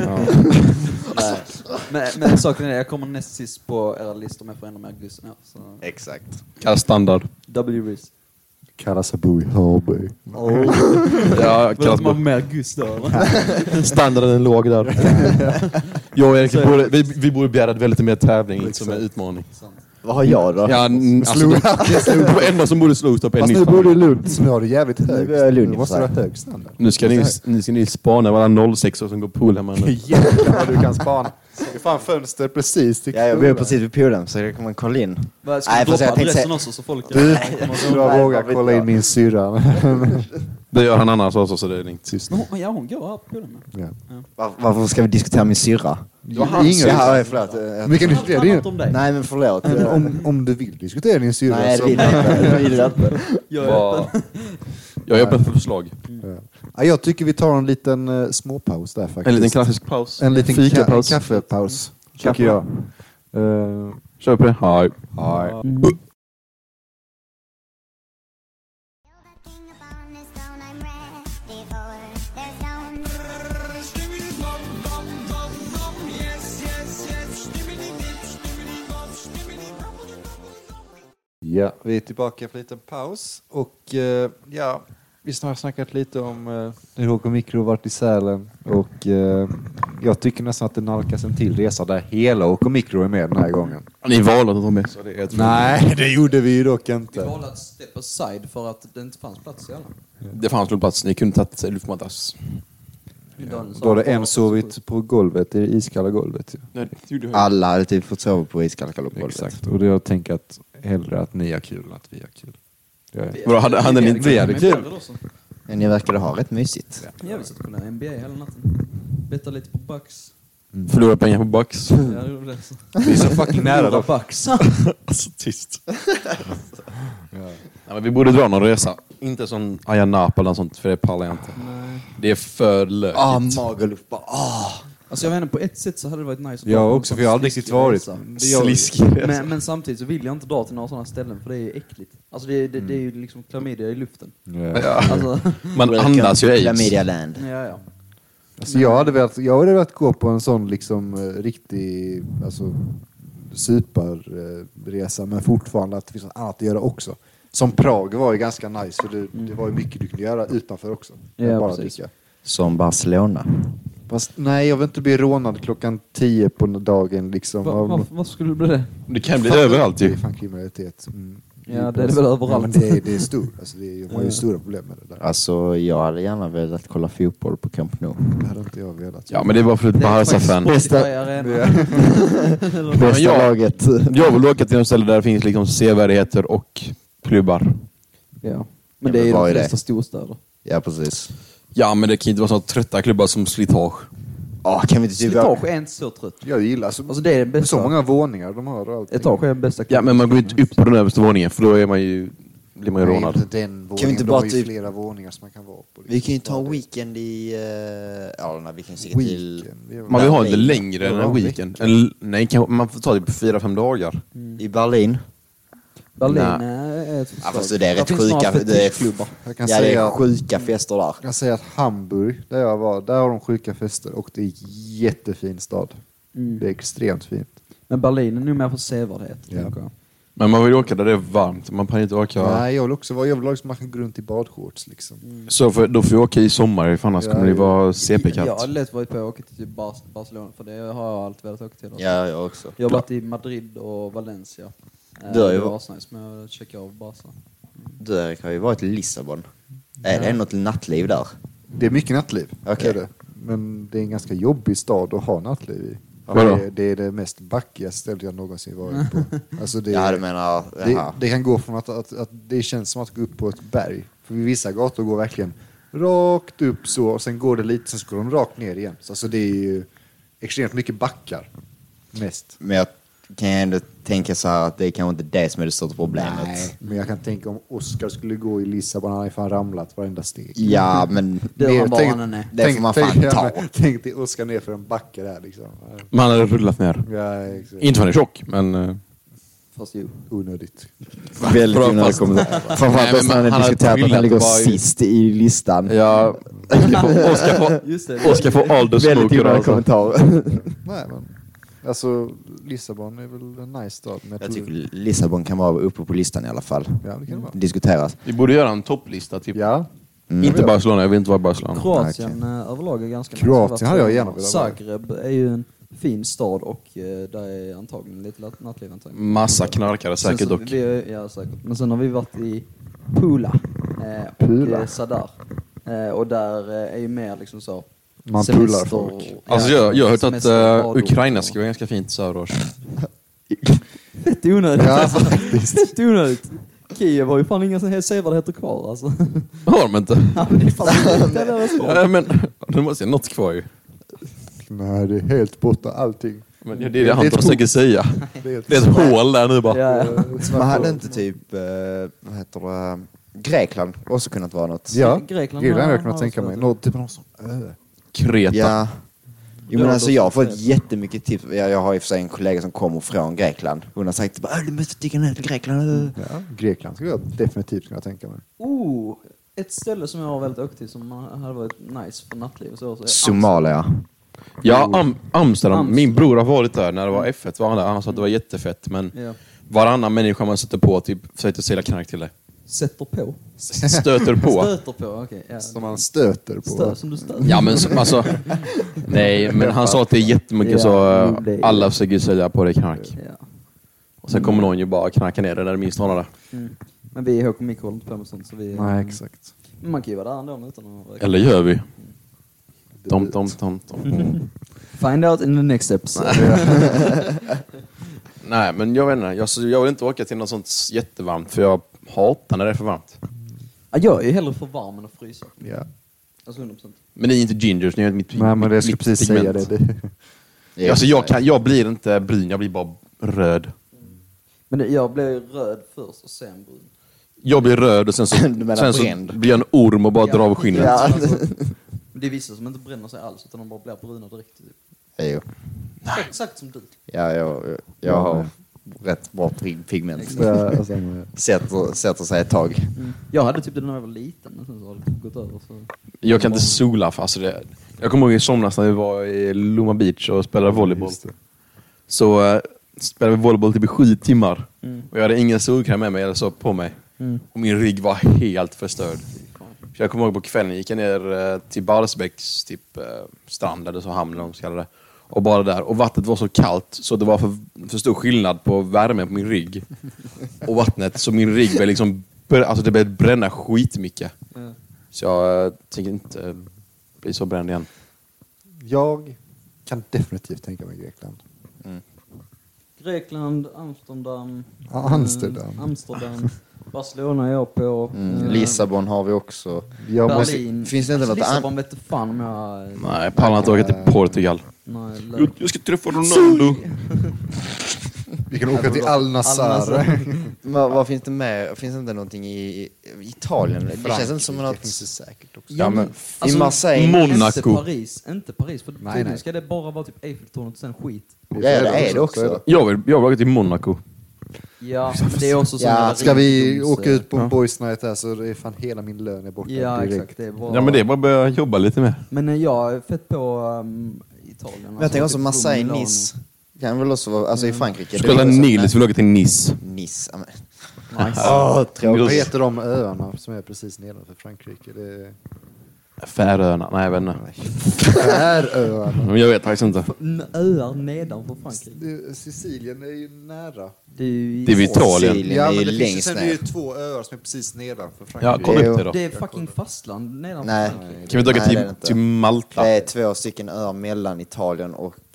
Men saken är, jag kommer näst sist på era listor med förändra med augusti. Ja, så. Exakt. Kall standard. W-Riz. Kallas Abu Hörby. Ja, För att man har mer augusti då. standarden är låg där. Jag och Erik, vi borde begära väldigt mer tävling som en utmaning. Vad har jag då? Ja, alltså, det var enda som borde slås upp en Fast nu Nils. bor du i Lund, så nu har du jävligt hög. Nu är jag i Lund, Nu måste så du här. ha hög standard. Nu ska ni spana alla 06 som går pool hemma nu. Jävlar vad du kan spana. Det är fan fönster precis till Ja, jag bor precis vid poolen så jag kommer kolla in. Ska Nej, du fast jag droppa tänkte adressen säga- också så folk... Jag vågar kolla in min syrra. Det gör han annars också, så det är lugnt. Tyst. Ja, hon går här på poolen. Ja. Varför ska vi diskutera min syrra? Ingen Ja, förlåt. Vi kan diskutera din... Annat om dig. Nej, men förlåt. Om du vill diskutera din syrra Nej, det så... vill jag inte. Det vill jag inte. Jag är öppen. Jag är öppen för förslag. Ja, jag tycker vi tar en liten småpaus där faktiskt. En liten klassisk paus. En liten fikapaus. kaffepaus, tycker jag. Kör på det. Hej. Ja, vi är tillbaka för en liten paus. Och ja, vi har snackat lite om när HK Mikro varit i Sälen. Och jag tycker nästan att det nalkas en till resa där hela HK Mikro är med den här gången. Ni valde att ta med, så det är Nej, det gjorde vi ju dock Vi inte. valde att step aside för att det inte fanns plats i alla. Det fanns väl plats, ni kunde tagit luftmadrass. Då hade en sovit på golvet, i det iskalla golvet. Nej, det gjorde jag. Alla hade typ fått sova på iskalkalokgolvet. Exakt, och jag tänker att hellre att ni har kul än att vi har kul. Vadå, hade ni inte... Vi hade kul. Men ni verkade ha rätt mysigt. Jag vill sitta på den NBA hela natten. Betta lite på Bucks. Förlora pengar på Bucks. Ja, det gjorde det. Så. Vi är så fucking nära då. Bucks. Alltså tyst. Ja, men vi borde dra någon resa. Inte som Ayia Napa eller något sånt, för det pallar jag inte. Det är för lökigt. Magaluf bara, Alltså jag vet inte, på ett sätt så hade det varit nice att Jag dra på en också, sån för jag har aldrig sliskig riktigt varit. resa. Sliskig resa. Men samtidigt så vill jag inte dra till några sådana ställen för det är äckligt. Alltså det är ju liksom klamydia i luften. Ja. Alltså, Man andas ju aids. Chlamydia land. ja. Alltså jag hade velat gå på en sån liksom riktig alltså, superresa, men fortfarande att det finns något annat att göra också. Som Prag var ju ganska nice, för det var ju mycket du kunde göra utanför också. Ja, bara precis. dricka. Som Barcelona. Fast nej, jag vill inte bli rånad klockan 10 på dagen liksom. Vad skulle du bli det? Det kan bli överallt Det är ju. fan kriminalitet. Ja, det är det väl överallt. Ja, men det är stort. Alltså, de har ju stora problem med det där. Alltså, jag hade gärna velat kolla fotboll på Camp Nou. Det hade inte jag velat. Ja, men det var för ett Barca-fan. Bästa jag- laget. Jag vill åka till en ställe där det finns liksom sevärdheter och klubbar. Ja. Men det är ju vad de är det? flesta storstäder. Ja, precis. Ja, men det kan inte vara så trötta klubbar som Slitage. Kan vi inte typ... Slitage är inte så trött. Jag gillar Alltså det är det bästa. så många våningar de har och allting. Etage är den bästa. Ja, men man går inte upp på den översta våningen för då är man ju, blir man ju Nej, rånad. inte den våningen. Kan vi inte de bara har ju typ- flera våningar som man kan vara på. Vi kan ju ta en weekend i... vi kan säkert till... Man vill ha lite Berlin. längre än en Ja, weekend. Nej, man får ta typ 4-5 dagar. I Berlin. Berlin Nej. är ett förslag. Ja, fast det är Där rätt finns några sjuka... Det är, fetischklubbar. Jag kan ja, det säga är att sjuka fester där. jag kan säga att Hamburg, där jag var, där har de sjuka fester och det är en jättefin stad. Det är extremt fint. Men Berlin är nog mer för sevärdhet. Ja. tänker jag. Men man vill åka där det är varmt. Man kan inte åka... Nej, jag vill också vara, jag vill också man kan gå runt i badshorts liksom. Så då får vi åka i sommar, för annars Ja, kommer det vara Jag CP-kallt. har lätt varit på att åka till typ Barcelona, för det har jag alltid velat åka till. Ja, jag också. Jag har varit i Madrid och Valencia. Du har ju det var varit- asnice, men jag checkar av Barca. Du Erik har ju varit i Lissabon. Är det något nattliv där? Det är mycket nattliv, Okej. är det. Men det är en ganska jobbig stad att ha nattliv i. Vadå? Det är det mest backiga stället jag någonsin varit på. Alltså det, Ja, du menar... det kan gå från att det känns som att gå upp på ett berg. För vissa gator går verkligen rakt upp så och sen går det lite, sen så går de rakt ner igen. Så alltså det är ju extremt mycket backar. Mest. Men jag kan ju ändå tänka så här att det är kanske inte det som är det största problemet. Nej, men jag kan tänka om Oscar skulle gå i Lissabon, han hade fan ramlat varenda steg. Ja, men Det Mer- var bara tänk- han är. det får man fan ta. Tänk dig Oscar ner för en backe där liksom. Man hade rullat ner. Ja, exakt. Inte för han är tjock, men... Fast jo. Onödigt. Väldigt Bra, kul när det fast- kommer. Nej, Framförallt men när han han hade diskuterat att trillat han ligger bara i- sist i listan. Ja, Just det. Oskar får all the Väldigt smoke. kul Alltså. kommentar. Nej, men alltså Lissabon är väl en nice stad. Men Jag tycker Lissabon kan vara uppe på listan i alla fall. Ja, det kan det vara. Diskuteras. Vi borde göra en topplista, typ. Ja, Inte Barcelona, jag vill inte vara i Barcelona. Kroatien överlag är ganska Kroatien hade jag gärna velat vara. Zagreb är ju en fin stad och där är antagligen lite nattliv antagligen. Massa knarkare Sen säkert så- dock. Ja, säkert. Men sen har vi varit i Pula och Sadar. Och där är ju mer liksom så... man semester pullar folk. och- Alltså jag har hört att semester, badort Ukraina och- ska vara ganska fint söderårs. Fett onödigt. Ja, faktiskt. Fett onödigt. Kiev har ju fan inga sån här sevärdheter kvar alltså. Har de inte? Ja, men det är fan det där så. Ja, men det måste jag något kvar ju. Nej, det är helt borta allting. Men det är det han försöker säga. Det är Det är ett hål där nu bara. Ja, ja. Man hade inte typ, vad heter det, Grekland också kunnat vara något? Ja, Grekland Grekland hade jag har kunnat tänka mig. också- Något, typ någon sån Kreta. Ja. Jo, men Ja, alltså då jag har får fått jag se. jättemycket tips. Jag har i och för sig en kollega som kommer från Grekland. Hon har sagt bara, du måste sticka ner till Grekland. Ja, Grekland skulle jag definitivt kunna tänka mig. Ett ställe som jag har väldigt åkt till som hade varit nice för nattliv och så. Så är Somalia. Ja, Amsterdam. Min Amsterdam. bror har varit där när det var F1. Var han där. Han sa att det var jättefett. Men Ja. varannan människa man sätter på typ försökte sälja knark till dig. Sätter på. Stöter på. Stöter på, okej. Ja. Som man stöter på. Som du stöter. Ja men alltså. Nej, men han sa att det är jättemycket Ja, så det är- alla försöker sälja på dig knark. Ja. Och sen kommer någon ju bara knacka ner det där det minst anar det. Mm. Men vi i HKMIK håller inte på med sånt så vi... Nej, exakt. Men man kan ju vara där ändå utan att röka. Eller gör vi? Tom. Find out in the next episode. Nej, men jag vet inte. Jag vill inte åka till något sånt jättevarmt för jag hatar när det är för varmt. Ja, jag är hellre för varm än att frysa. Ja. Alltså 100%. Men det är inte gingers, det är mitt Nej, men det skulle mitt precis pigment. säga det. Alltså jag blir inte brun, jag blir bara röd. Men jag blev röd först och sen brun. Jag blir röd och sen så, Du menar sen så bränd? blir jag en orm och bara drar av skinnet. Ja. Alltså, men det är vissa som inte bränner sig alls utan de bara blir bruna direkt. Typ. Jo. Exakt som du. Ja, jag har rätt bra pigment. Ja, alltså, Sätter sig ett tag. Jag hade typ det när jag var liten men sen så har det gått över. Så. Jag kan inte sola för alltså det. Jag kommer ihåg i somras när vi var i Loma Beach och spelade volleyboll. Just det. Så spelade vi volleyboll typ i 7 timmar. Mm. Och jag hade ingen solkräm med mig eller så på mig. Mm. Och min rygg var helt förstörd. Så jag kommer ihåg på kvällen gick jag ner till Barsbäcks typ strand eller så hamn eller vad man ska kalla det. Och bara där. Och vattnet var så kallt så det var för stor skillnad på värmen på min rygg. Och vattnet. Så min rygg blev liksom alltså det började bränna skitmycket. Ja. Så jag tänker inte bli så bränd igen. Jag kan definitivt tänka mig Grekland. Grekland, Amsterdam. Ja, Amsterdam. Amsterdam. Barcelona är jag på. Lissabon har vi också. Berlin. Finns det inte något Lissabon vet du fan om jag... Nej, pallar inte åka till Portugal. Nej, Jag ska träffa Ronaldo. Vi kan åka till Al-Nassr. Vad finns det mer? Finns det inte någonting i Italien? Det känns inte som något... finns det säkert också. Ja, men I Marseille. Monaco. Inte Paris. För Nej, tydligen nej. ska det bara vara typ Eiffeltornet och sen skit. Ja, det är det också. Jag vill åka till Monaco. Ja, det är också så. Ja, Ska vi åka ut på en boys night här så det är fan hela min lön är borta Ja, direkt. exakt. Det är bara... Ja, men det är bara att börja jobba lite mer. Men jag är fett på Italien. Men jag tänker också typ Marseille, Milano. Nice. Kan väl också vara, alltså i Frankrike. Skulle Nils vill åka till Nice. Nice. Ja, men. Nice. Vad Tråkigt. heter de öarna som är precis nedanför Frankrike? Det är Färöarna. Nej, jag vet inte. Färöarna. Men jag vet faktiskt inte. Öar nedanför Frankrike. Sicilien är ju nära. Det är ju... Det är vid Italien. Sicilien Ja, är men det längst finns ju ner. två öar som är precis nedanför Frankrike. Ja, kolla upp det då. Det är fucking fastland nedanför Nej. Frankrike. Kan vi inte åka Nej, det är det inte. till Malta? Det är 2 stycken öar mellan Italien och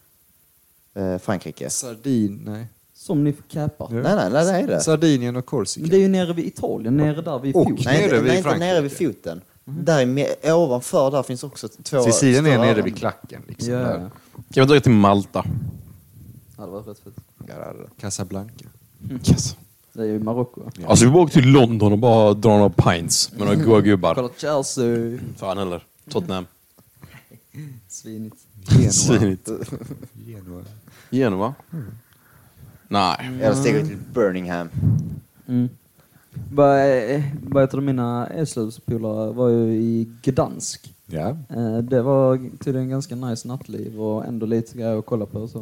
Frankrike. Nej. Som ni käpar. Ja. Nej, det är det. Sardinien och Korsika. Men det är ju nere vid Italien, nere där vid Och- foten. Nej, Nere vid inte Frankrike. nere vid foten. Där ovanför där finns också 2 Sicilien är större nere öar. vid klacken. Liksom, Ja, där. ja. Kan vi inte åka till Malta? Ja, det var rätt fett. Ja, det är det. Casablanca. Yes. Det är ju Marocko. Alltså vi bara åker till London och bara drar några pints med några goa gubbar. Kolla Chelsea. Fan eller? Tottenham. Svinigt. Svinigt. Genua. Genua? Nej. Eller stiger till Birmingham. Mm. Vad heter det, mina Eslövspolare var ju i Gdansk. Ja. Det var tydligen ganska nice nattliv och ändå lite grejer att kolla på och så.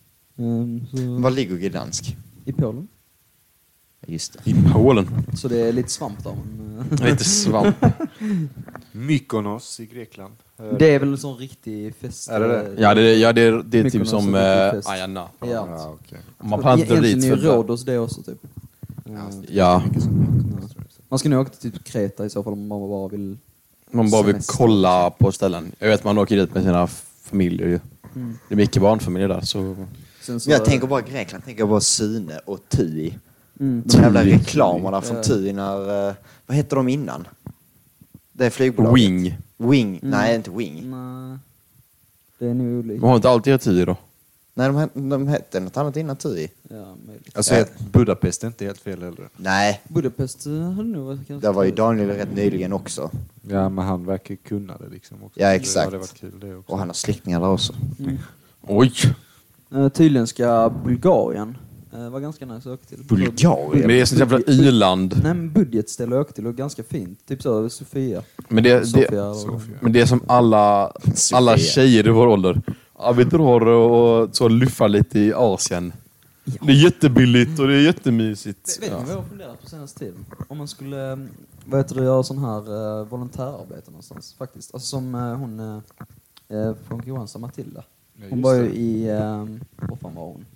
Så Var ligger Gdansk? i Polen. Just det. I Polen. Så det är lite svamp där. Men, Lite svamp. Mykonos i Grekland. det är väl en sån riktig fest. Är det? Ja, det är typ Mykonos som är riktig fest. Ayia Napa. Ja. Ja, okej. Man får inte dit Egentligen är för ju Rhodos det också typ. Ja, Man ska nog åka till typ Kreta i så fall om man bara vill. man bara vill Semester. kolla på ställen. Jag vet man åker dit med sina familjer ju. Mm. Det är mycket barnfamiljer där så... Sen så, Jag tänker bara Grekland, tänker bara Sune och Tui. Mm. De jävla reklamerna från Ja. Tui när... vad hette de innan? Det är flygbolaget. Wing. Wing. Nej, inte Wing. Nej. Det är nog olika. Man har inte alltid tid då. Nej, de hette något annat innan Tui. Ja, möjligt. Alltså Budapest är inte helt fel heller. Nej, Budapest hade nog varit ganska... det var ju Daniel rätt nyligen också. Ja, men han verkar kunna det liksom också. Ja, exakt. Det hade varit kul det också. Och han har släktingar där också. Oj! Tydligen ska Bulgarien vara ganska nice att åka till. Bulgarien? Men det är sånt jävla i-land. Nej, men budgetställe att åka till och ganska fint. Typ så, Sofia. Men det, Sofia. men det är som alla Sofia. tjejer i vår ålder. Ja, vi drar och så luffar lite i Asien. Det är jättebilligt och det är jättemysigt. Vet ni vad jag har funderat på senaste tiden? Om man skulle, vad heter det, göra sån här volontärarbete någonstans faktiskt. Alltså som hon från Johansson, Matilda. Hon var ju i, var fan var hon?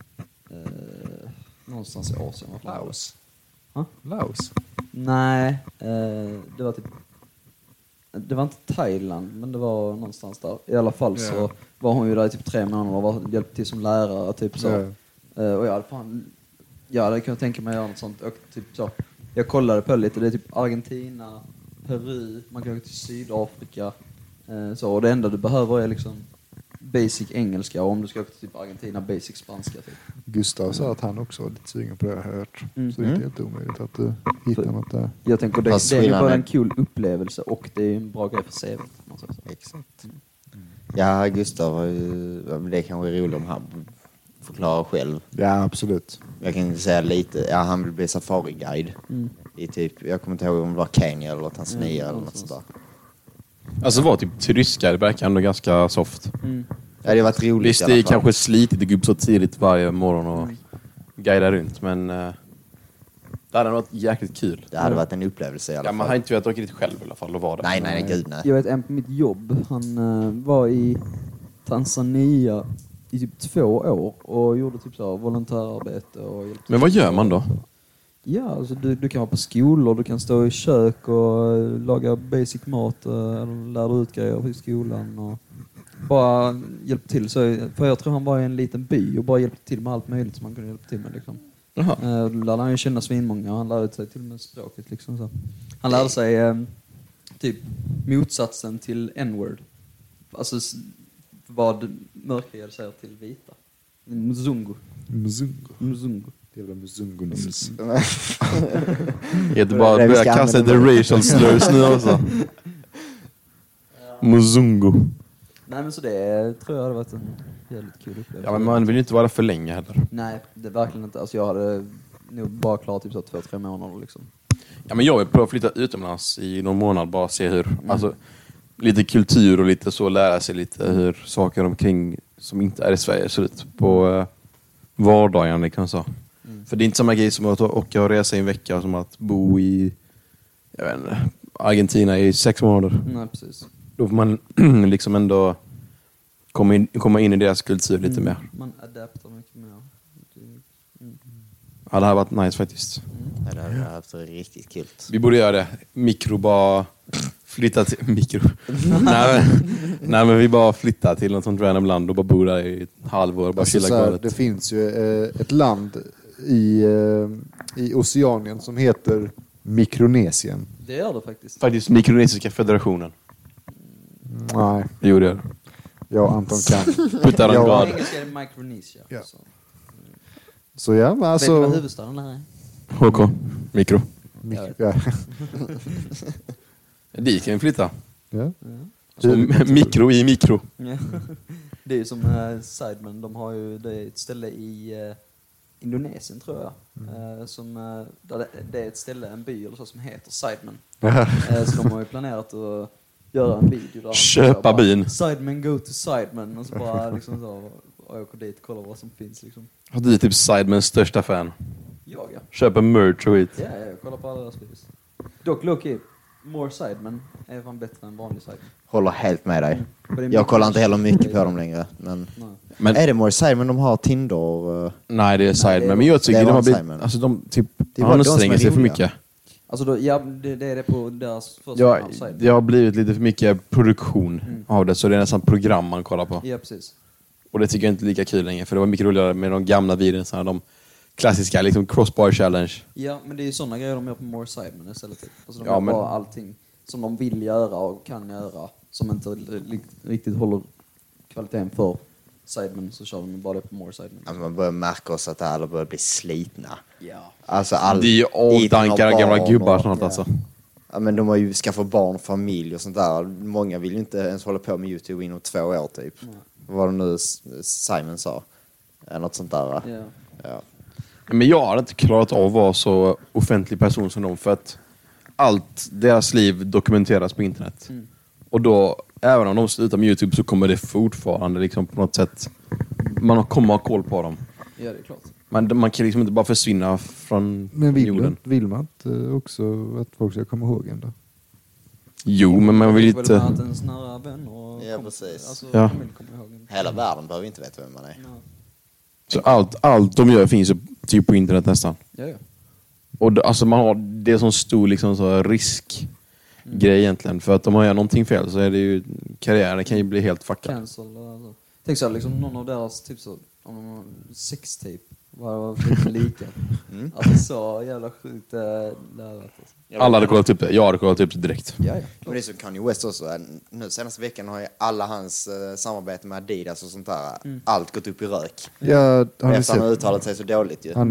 Någonstans i Asien. Vad fan var det? Laos. Ha? Laos. Nej, det var typ... Det var inte Thailand, men det var någonstans där. I alla fall så var hon ju där i typ 3 månader och var hjälpt till som lärare, typ så. Och jag hade fan... Jag hade kunnat tänka mig att göra något sånt. Och typ så. Jag kollade på lite, det är typ Argentina, Peru, man kan åka till Sydafrika. Så, och det enda du behöver är liksom basic engelska, och om du ska åka till typ Argentina, basic spanska typ. Gustav sa att han också var lite sugen på det, jag har hört. Mm. Så det är inte helt omöjligt att du hittar något där. Jag tänker det Fast är ju bara skillnaden- en cool upplevelse och det är en bra grej för CV. Exakt. Ja, Gustav var ju... Det kanske är roligt om han förklarar själv. Ja, absolut. Jag kan säga lite. Ja, han vill bli safariguide. I typ, jag kommer inte ihåg om det var Kenya eller Tanzania eller något sånt där. Alltså var typ tyska, det verkar ändå ganska soft. Ja, det har varit roligt Visst, i det alla är fall. kanske slitigt att gå upp så tidigt varje morgon och guida runt, men det hade varit jäkligt kul. Det hade varit en upplevelse i alla Ja, fall. man har inte velat åka dit själv i alla fall och vara där. Nej, gud nej. Jag vet en på mitt jobb, han var i Tanzania i typ 2 år och gjorde typ så här volontärarbete och hjälpte. Men vad gör man då? Ja, alltså du kan vara på skolor, du kan stå i kök och laga basic mat, eller lära ut grejer i skolan och bara hjälpa till. Så, för jag tror han var i en liten by och bara hjälpte till med allt möjligt som man kunde hjälpa till med liksom. Jaha. Då lärde han ju känna svinmånga och han lärde sig till och med språket liksom så. Han lärde sig typ motsatsen till n-word. Alltså vad mörkhyade säger till vita. Mzungu. Mzungu. Jävla muzungonis. Det är bara att börja kasta lite racial slurs nu också. Muzungu. Nej men så det tror jag hade varit en jävligt kul upplevelse. Ja, men man vill ju inte vara för länge heller. Nej, det är verkligen inte. Alltså jag hade nog bara klarat typ så 2-3 månader liksom. Ja, men jag vill pröva att flytta utomlands i någon månad, bara se hur, alltså lite kultur och lite så, lära sig lite hur saker omkring som inte är i Sverige ser ut på vardagen, det kan jag säga. För det är inte samma grej som att åka och resa i en vecka som att bo i, jag vet inte, Argentina i 6 månader. Nej, precis. Då får man liksom ändå komma in i deras kultur lite mer. Man adaptar mycket mer. Ja, det här har varit nice faktiskt. Ja, det hade haft riktigt kul. Vi borde göra det. Mikro bara flytta till... Mikro? nej, men vi bara flyttar till något sånt random land och bara bor där i ett halvår och bara Alltså, chilla så här, galet. det finns ju ett land i Oceanien som heter Mikronesien. Det gör det faktiskt. Faktiskt Mikronesiska federationen. Nej, Jo, det gör det. jag och Anton kan. Puttar en Ja. På grad. engelska är det Micronesia. Ja. Så. Så ja, men Vet du alltså... vad huvudstaden är? HK. Mikro. Ja. Dit kan vi flytta. Ja. Så, mikro i mikro. Ja. Det är ju som Sidemen, de har ju det är ett ställe i Indonesien tror jag. Som, där det är ett ställe, en by eller så som heter Sidemen. Så de har ju planerat att göra en video där Köpa bara, byn. Sidemen go to Sidemen och så bara liksom så och åker dit och kollar vad som finns liksom. Och du är typ Sidemans största fan. Ja. Köper merch och skit. Ja, jag kollar på alla deras videos. Dock Loki, more Sidemen är fan bättre än vanlig Sidemen. Håller helt med dig. För det är Jag kollar inte heller mycket på dem längre. Men Nej. Men, är det more Simon de har Tinder? nej, det är Sidemen. Men det jag tycker var de har en blivit... Sidemen. Alltså de typ... Det är bara de som är anstränger sig för roliga. mycket. Alltså då, ja, det är det på deras första Ja, Sidemen. det har blivit lite för mycket produktion av det, så det är nästan program man kollar på. Ja, precis. Och det tycker jag inte är lika kul längre, för det var mycket roligare med de gamla videorna, de klassiska liksom crossbar challenge. Ja, men det är ju sådana grejer de gör på more Sidemen istället. Alltså de Ja, gör men- bara allting som de vill göra och kan göra som inte riktigt håller kvaliteten för Sidemen, så kör de bara det på more Sidemen. Alltså man börjar märka oss att alla börjar bli slitna. Ja. Alltså Det är ju avdankade gamla gubbar snart alltså. Ja, men de har ju skaffat barn och familj och sånt där. Många vill ju inte ens hålla på med YouTube inom 2 år typ. Vad var det nu Simon sa? Något sånt där. Ja. Ja. Men jag har inte klarat av att vara så offentlig person som dem, för att allt deras liv dokumenteras på internet. Och då, även om de slutar med YouTube, så kommer det fortfarande liksom på något sätt, man kommer ha koll på dem. Ja, det är klart. Man kan liksom inte bara försvinna från Men jorden. vill man inte också att folk ska komma ihåg en då? Jo, men man vill Väl inte... med att ens nära vänner och Ja, precis. Alltså, Ja. familj kommer ihåg en. Hela världen behöver inte veta vem man är. Ja. Så allt de gör finns ju typ på internet nästan. Ja. Och alltså man har det som stor liksom så riskgrej egentligen. För att de har gjort någonting fel så är det ju, karriären kan ju bli helt fuckad. Cancel. Alltså. Tänk så här, liksom någon av deras typ så, om de har sextape var lite lika. Alltså så jävla sjukt lärat. Alltså. Alla hade kollat upp det. Jag hade kollat upp det direkt. Ja. Men det är som Kanye West också. Nu senaste veckan har ju alla hans samarbete med Adidas och sånt där, allt gått upp i rök. Ja, har ni Efter han har sett? uttalat sig så dåligt ju. Man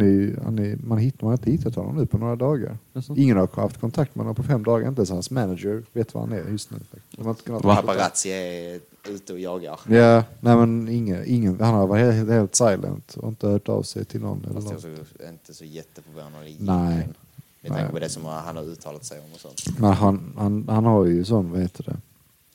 har inte hittat honom nu på några dagar. Jaså? Ingen har haft kontakt med honom på 5 dagar. Inte ens hans manager vet var han är just nu. De har inte kunnat Va? Paparazzi är ute och jagar. Ja, nej men ingen. Han har varit helt silent och inte hört av sig till någon. Eller Fast jag någon. är inte så jätteförvånad Nej. egentligen. Med tanke Nej. på det som han har uttalat sig om och sånt. Men han har ju sån, vad heter det?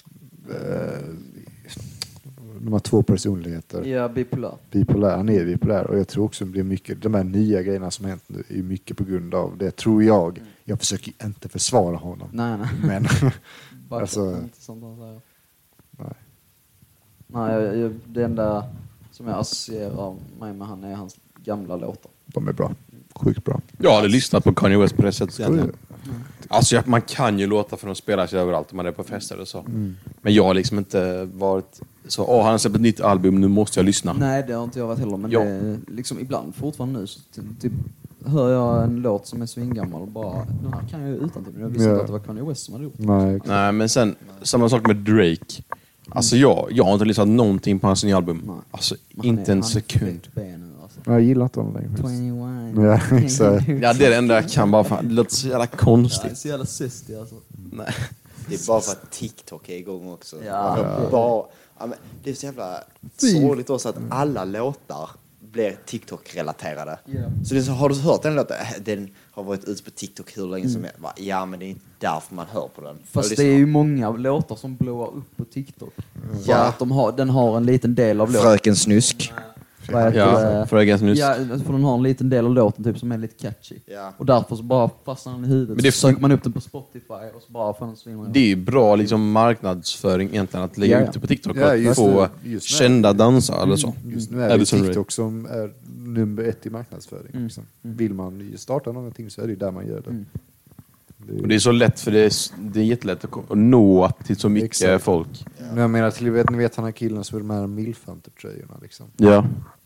De har 2 personligheter. Ja, bipolär. Bipolär, han är bipolär och jag tror också det blir mycket, de här nya grejerna som hänt nu är mycket på grund av det, tror jag. Jag försöker inte försvara honom. Nej. Men Bara Alltså- inte sånt han säger. nej. Nej, det enda som jag associerar mig med han är hans gamla låtar. De är bra. Sjukt bra. Jag hade lyssnat på Kanye West på det sättet egentligen. Oj. Alltså man kan ju låta för de spelar sig överallt om man är på fester och så. Men jag har liksom inte varit så han har släppt ett nytt album, nu måste jag lyssna. Nej, det har inte jag varit heller. Men Ja. det är liksom ibland fortfarande nu så typ hör jag en låt som är svingammal och bara, den här kan jag ju utantill. Men jag visste inte att det var Kanye West som hade gjort det. Nej. Nej, men sen samma sak med Drake. Alltså jag har inte lyssnat någonting på hans nya album. Nej. Alltså Men inte en han är sekund. fett ben nu, alltså. Jag gillar inte honom längre. 21. Ja, exakt. Ja, det är det enda jag kan bara. Fan, det låter så jävla Ja, konstigt. det är så jävla systig alltså. Nej. Det är bara för att TikTok är igång också. Ja. Alltså, bara, ja, men det är så jävla sorgligt också att alla låtar blir TikTok-relaterade. Ja. Så det är så, har du hört den låten? Den har varit ute på TikTok hur länge som helst. Ja, men det är inte därför man hör på den. Fast det är ju många låtar som blåar upp på TikTok. Ja. Att den har en liten del av låten. Fröken Snusk. Vad heter Ja, det? Fröken Snusk. Ja, för den har en liten del av låten typ som är lite catchy. Ja. Och därför så bara fastnar den i huvudet. Men det- så söker man upp den på Spotify och så bara får den svinna. Det är ju bra liksom, marknadsföring egentligen att lägga Ja, ja. ut det på TikTok Ja, och just få nu- just nu. kända dansare eller så. Just nu är det Addison Rae. TikTok som är nummer 1 i marknadsföring. Mm. Liksom. Vill man starta någonting så är det där man gör det. Mm. Och det är så lätt för det är jättelätt att nå till så mycket Exakt. folk. Men jag menar, ni vet han här killen som är med de här Milf-Hunter-tröjorna liksom. Ja.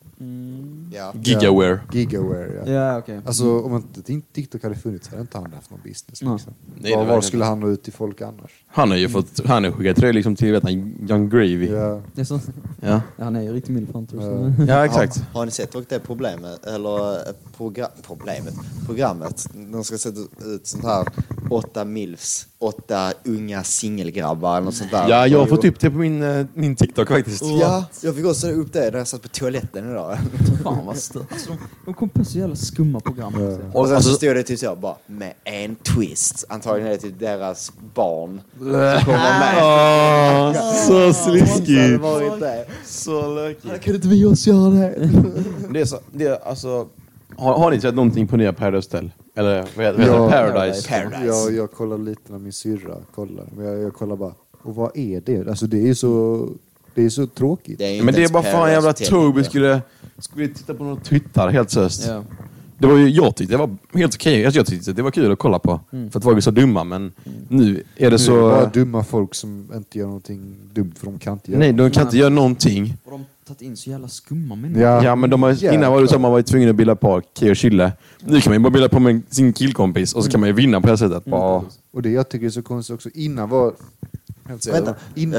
Ja. Gigaware. Gigaware, ja. Ja, okej. Alltså om inte TikTok hade funnits hade inte han haft någon business. Nej. Liksom. Nej, det var verkar skulle han nå ut till folk annars? Han har ju skickat tröjor liksom till Young Gravy. Ja. Det är så. Ja, Ja, han är ju riktigt milfant. ja exakt. Har ni sett dock det problemet, eller programmet? De ska sätta ut sånt här 8 milfs, 8 unga singelgrabbar eller något sånt där. Ja, jag har fått upp det på min TikTok faktiskt. Ja, jag fick också upp det när jag satt på toaletten idag. Fan vad stört. Alltså, de kom på så jävla skumma program. Ja. Och sen Alltså- så stod det typ så bara, med en twist. Antagligen är det typ deras barn som kommer med. Så Det sliskigt. var inte. Så lökigt. Kan inte vi oss göra det? Det är alltså... Har ni sett någonting på nya Paradise Hotel? Eller vad heter Ja, det? Paradise. Paradise. Jag kollar lite när min syrra kollar. Men jag kollar bara, och vad är det? Alltså det är så tråkigt. är inte Men det är ens bara fan Paradise jävla Hotel. Toby skulle titta på något Twitter helt söst. Ja. Det var ju, jag tyckte det var helt okej. Alltså, jag tyckte det var kul att kolla på. För att folk är så dumma, men nu är det Nu är det så... bara dumma folk som inte gör någonting dumt för de kan inte göra Nej, de kan Nej. inte göra någonting. Och de har tagit in så jävla skumma människor. Ja, men de har, innan var det så att man var tvungen att bilda par, Key och Chille. Nu kan man ju bara bilda på med sin killkompis och så kan man ju vinna på det här sättet. Bara, Och det jag tycker är så konstigt också, innan var... Vänta.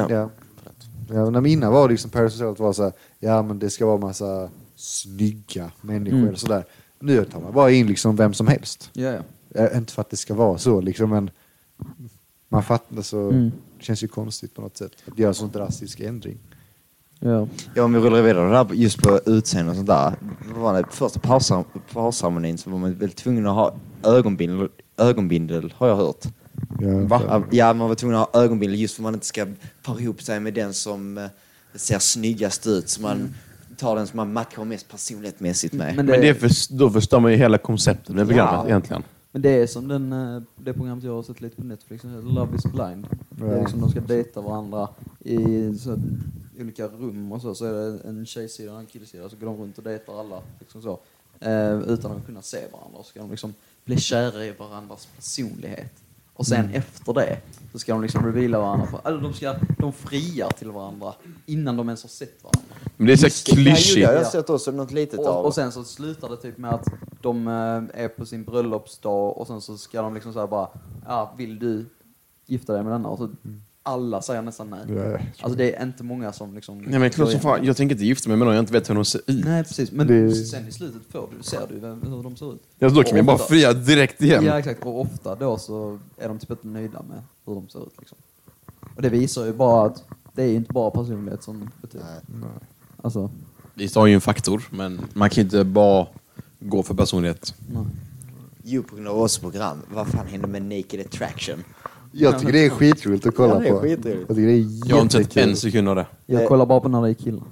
Innan var det liksom Paradise Hotel var så här, ja men det ska vara massa snygga människor eller sådär. Nu tar man bara in liksom vem som helst. Ja. Inte för att det ska vara så liksom, men man fattar så det känns ju konstigt på något sätt att göra en sån drastisk ändring. Ja. Ja, om vi rullar vidare där just på utseende och sånt där. Det var det första parceremonin så var man väl tvungen att ha ögonbindel har jag hört. Ja, Ja, man var tvungen att ha ögonbindel just för att man inte ska para ihop sig med den som ser snyggast ut. Så man tar den som man matchar mest personlighetsmässigt med. Men men då förstår man ju hela konceptet med programmet Ja. egentligen. Men det är som det programmet jag har sett lite på Netflix som heter Love is blind. Det är liksom de ska dejta varandra i så, olika rum och så är det en tjejsida och en killsida så går de runt och dejtar alla liksom så, utan att kunna se varandra. Så ska de liksom bli kära i varandras personlighet. Och sen efter det så ska de liksom reveala varandra. Eller de friar till varandra innan de ens har sett varandra. Men det är så Det klyschigt. har jag sett också något litet av. Och sen så slutar det typ med att de är på sin bröllopsdag och sen så ska de liksom säga bara, ja, vill du gifta dig med denna? Och så alla säger nästan nej. Ja. Alltså det är inte många som liksom... Nej, men klart som fan, jag tänker inte gifta mig med någon jag inte vet hur de ser ut. Nej, precis. Men Det- sen i slutet ser du hur de ser ut. Ja, då kan man ju bara fria direkt igen. Ja, exakt. Och ofta då så är de typ inte nöjda med hur de ser ut liksom. Och det visar ju bara att det är inte bara personlighet som betyder. Nej. Alltså, Det har ju en faktor, men man kan ju inte bara gå för personlighet. nej. Jo, på grund av oss program. Vad fan hände med Naked Attraction? Jag tycker det är skitroligt att kolla Ja, det är på. skitroligt. Jag tycker det är Jag har inte sett jättekul. en sekund av det. Jag kollar bara på när det är killar.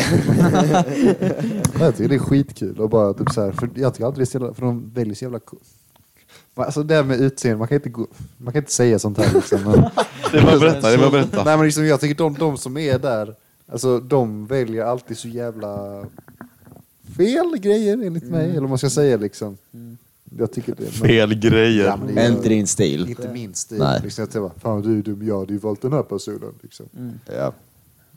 Jag tycker det är skitkul och bara typ så här, för jag tycker alltid det är så jävla, för de väljer så jävla alltså det här med utseende, man kan inte säga sånt här liksom. Men, Det var berätta. nej men liksom, jag tycker de som är där, alltså de väljer alltid så jävla fel grejer enligt mig, eller vad man ska säga liksom. Jag tycker det. Men, Fel grejer. Ja, men det är Inte din stil. inte min stil. Nej. Liksom, jag tänkte bara, fan du är dum, jag hade ju valt den här personen liksom. Ja.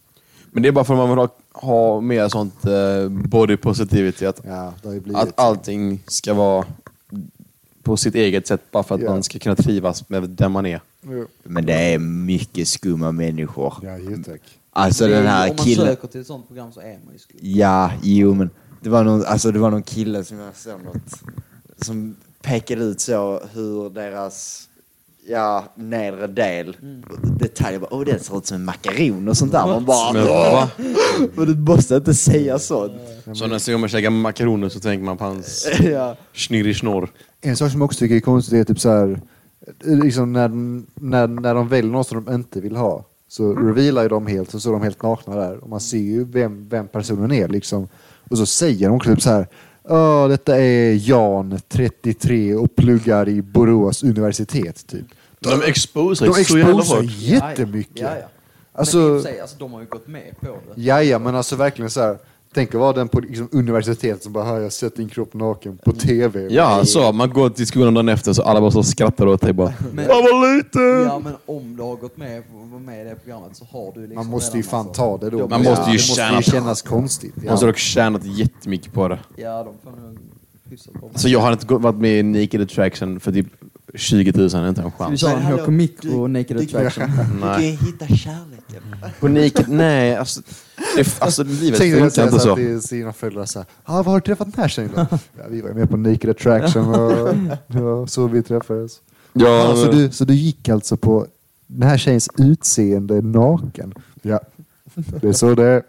Men det är bara för att man vill ha mer sånt body positivity. Att, Ja, det har ju blivit. att allting ska vara på sitt eget sätt. Bara för att man ska kunna trivas med den man är. Men det är mycket skumma människor. Ja, ju tack. Alltså den här Om man killen... söker till ett sånt program så är man ju skum. Ja, jo men det var någon kille som jag såg något som pekade ut så hur deras nedre del detaljer bara, det ser ut som en makaron och sånt där. Man bara, Men, va? och du måste inte säga sånt. Så nästa gång man käkar makaroner så tänker man på hans Ja. snirrig-snor. En sak som jag också tycker är konstigt är typ så här, liksom när de väljer något som de inte vill ha, så revealar ju de helt, och så är de helt nakna där. Och man ser ju vem personen är liksom. Och så säger de typ så här: detta är Jan, 33 och pluggar i Borås universitet typ. De exposar De så jävla exposar hårt. jättemycket. Ja. Alltså, Men i och för sig, alltså, de har ju gått med på det. ja, men alltså verkligen så här. Tänk att vara den på liksom, universitet som bara har jag sett din kropp naken på tv. Ja, så man går till skolan dagen efter så alla bara så skrattar åt dig bara. Men, var lite! ja, men om du har gått med i det programmet så har du liksom... Man måste ju redan fan ta det då. Man måste ju det tjäna måste på- ju kännas konstigt. Man har dock tjänat jättemycket på det. Ja, de får nog hyfsat bra. Så jag har inte varit med i Naked Attraction för typ 20 000, inte en Ska vi chans. köra en hallå, HK Micro Naked du- Attraction? Du kan ju hitta kärleken. På Naked, nej, alltså livet Tänk dig funkar att säga inte så så. till sina föräldrar så här: var har du träffat den här tjejen då? Ja, vi var ju med på Naked Attraction och det var så vi träffades. Ja, Så du gick alltså på den här tjejens utseende naken? Ja, det är så det är.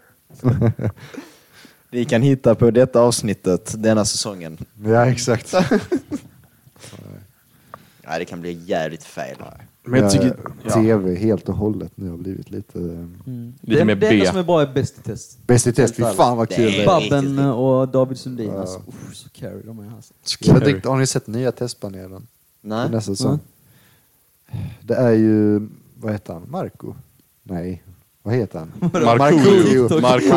Vi kan hitta på detta avsnittet denna säsongen. Ja, exakt. Ja, det kan bli jävligt fel. men jag tycker... Ja. TV helt och hållet nu har blivit lite... Lite mer det enda B. som är bra är Bäst i test. Bäst i test, fy fan vad Det kul är- det är. Babben riktigt. och David Sundin. Ja. Alltså, så carry de är alltså. Jag tänkte, har ni sett nya testpanelen? Nej. Nästa säsong. Det är ju, vad heter han? Marco? Nej, vad heter han? Markoolio.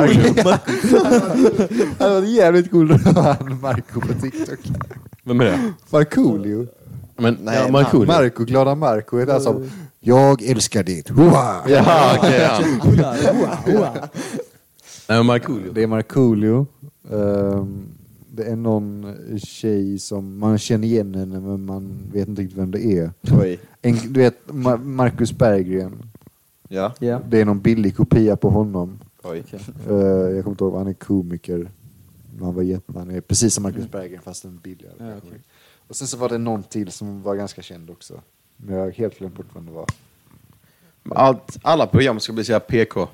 Han var jävligt cool att ha han Marco på TikTok. Vem är det? Markoolio. Men, Nej, ja, Markoolio. Marco, glada Marco är det som jag älskar ditt. Hoa! Jaha, okej. Ja. Oa. Nej, men Markoolio. Det är Markoolio. Det är någon tjej som man känner igen henne men man vet inte riktigt vem det är. Oj. Du vet Marcus Berggren. Ja. Ja. Det är någon billig kopia på honom. Oj. Jag kommer inte ihåg, han är komiker. Han är precis som Marcus Berggren fast en billigare. Ja, okej. Och sen så var det någon till som var ganska känd också. Men jag har helt glömt bort vem det var. Alla program ska bli så här PK.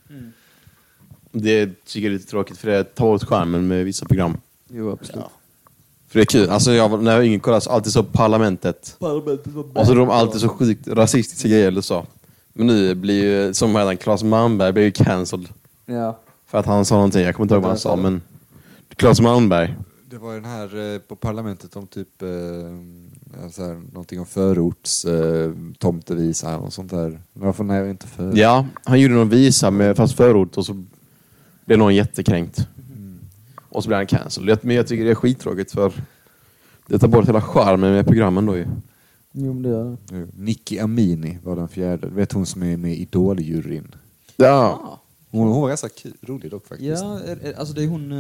Det tycker jag är lite tråkigt för det tar åt skärmen med vissa program. Jo, absolut. För det är kul. Alltså när jag var yngre kollade så alltid så Parlamentet. Och så är de alltid så sjukt rasistiska grejer eller så. Men nu blir ju, som redan Claes Malmberg blir ju cancelled. Ja. För att han sa någonting, jag kommer inte ihåg vad han sa, men Claes Malmberg. Det var den här på parlamentet om typ så här, någonting om förorts tomtevisa och sånt där. Varför nej, inte förort? Ja, han gjorde någon visa med fast förort och så blev någon jättekränkt. Och så blev han cancelled. Men jag tycker det är skittråkigt för det tar bort hela charmen med programmen då ju. Jo, men det gör det. Nicky Amini var den fjärde. Vet hon som är med i Idol-juryn? Ja. Hon var ganska rolig dock faktiskt. Ja, alltså det är hon...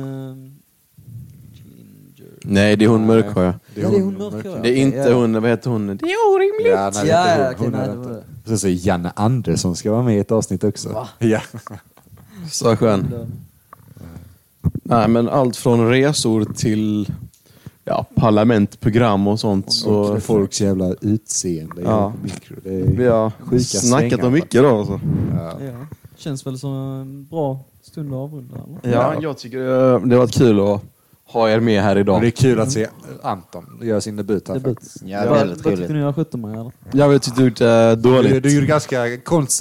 Nej, det är hon mörkhåriga. Det är hon mörkhåriga. Det är inte Ja. hon, vad heter hon? Det är orimligt. Ja, nej, Ja, det är ja, hon. okej, Hon nej, är det var inte. det. Sen så är Janne Andersson ska vara med i ett avsnitt också. Va? Ja. Så skön. Nej, men allt från resor till parlamentprogram och sånt. Så Och folks jävla utseende. Ja. Mikro. Det vi är har sjuka snackat svängar, om mycket då. Alltså. ja. Ja. Känns väl som en bra stund att avrunda, eller? Ja, jag tycker det har varit kul att ha er med här Och idag. det är kul att se Anton göra sin debut här. Debut. faktiskt. Ja, Vad väldigt tyckte roligt. ni jag skötte mig, eller? Jag tyckte du gjort dåligt. Du gjorde ganska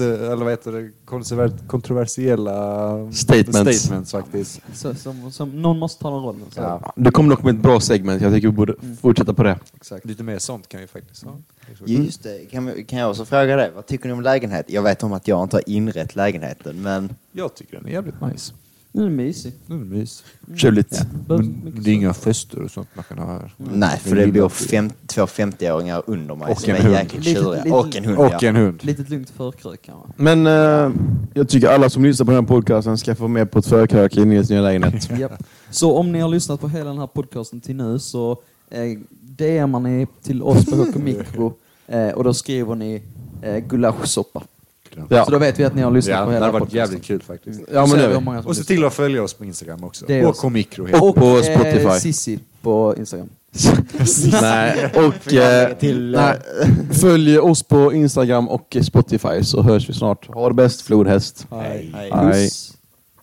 kontroversiella Statements. faktiskt. Så, som någon måste ta den rollen. Så. Ja, Du kom nog med ett bra segment. Jag tycker vi borde fortsätta på det. exakt. Lite mer sånt kan vi faktiskt ha. Just det, kan jag också fråga dig, vad tycker ni om lägenhet? Jag vet om att jag inte har inrett lägenheten, men Jag tycker den är jävligt nice. Den är mysig. Det är mys. Trevligt. Men det är inga fester och sånt man kan ha här. Nej, för det bor 2 50-åringar under mig Och som en är hund. jäkligt Lite- tjuriga. lite- Och en hund, Och ja. en hund. Litet lugnt förkrök kanske. Men jag tycker alla som lyssnar på den här podcasten ska få med på ett förkrök i Nils nya lägenhet. Japp. Så om ni har lyssnat på hela den här podcasten till nu så DMar ni till oss på HK Mikro och då skriver ni gulaschsoppa. Ja. Så då vet vi att ni har lyssnat Ja, på det hela hade varit podcasten. jävligt kul faktiskt. Ja, men Så det är är vi vi. har många som Och se lyssnar. till att följa oss på Instagram också. Det är Och också. Komikro heter Och på Spotify. Sissi på Instagram. Nej, och till, nej, följ oss på Instagram och Spotify så hörs vi snart. Ha det bäst, flodhäst. Hej. Hej. Hej. Puss.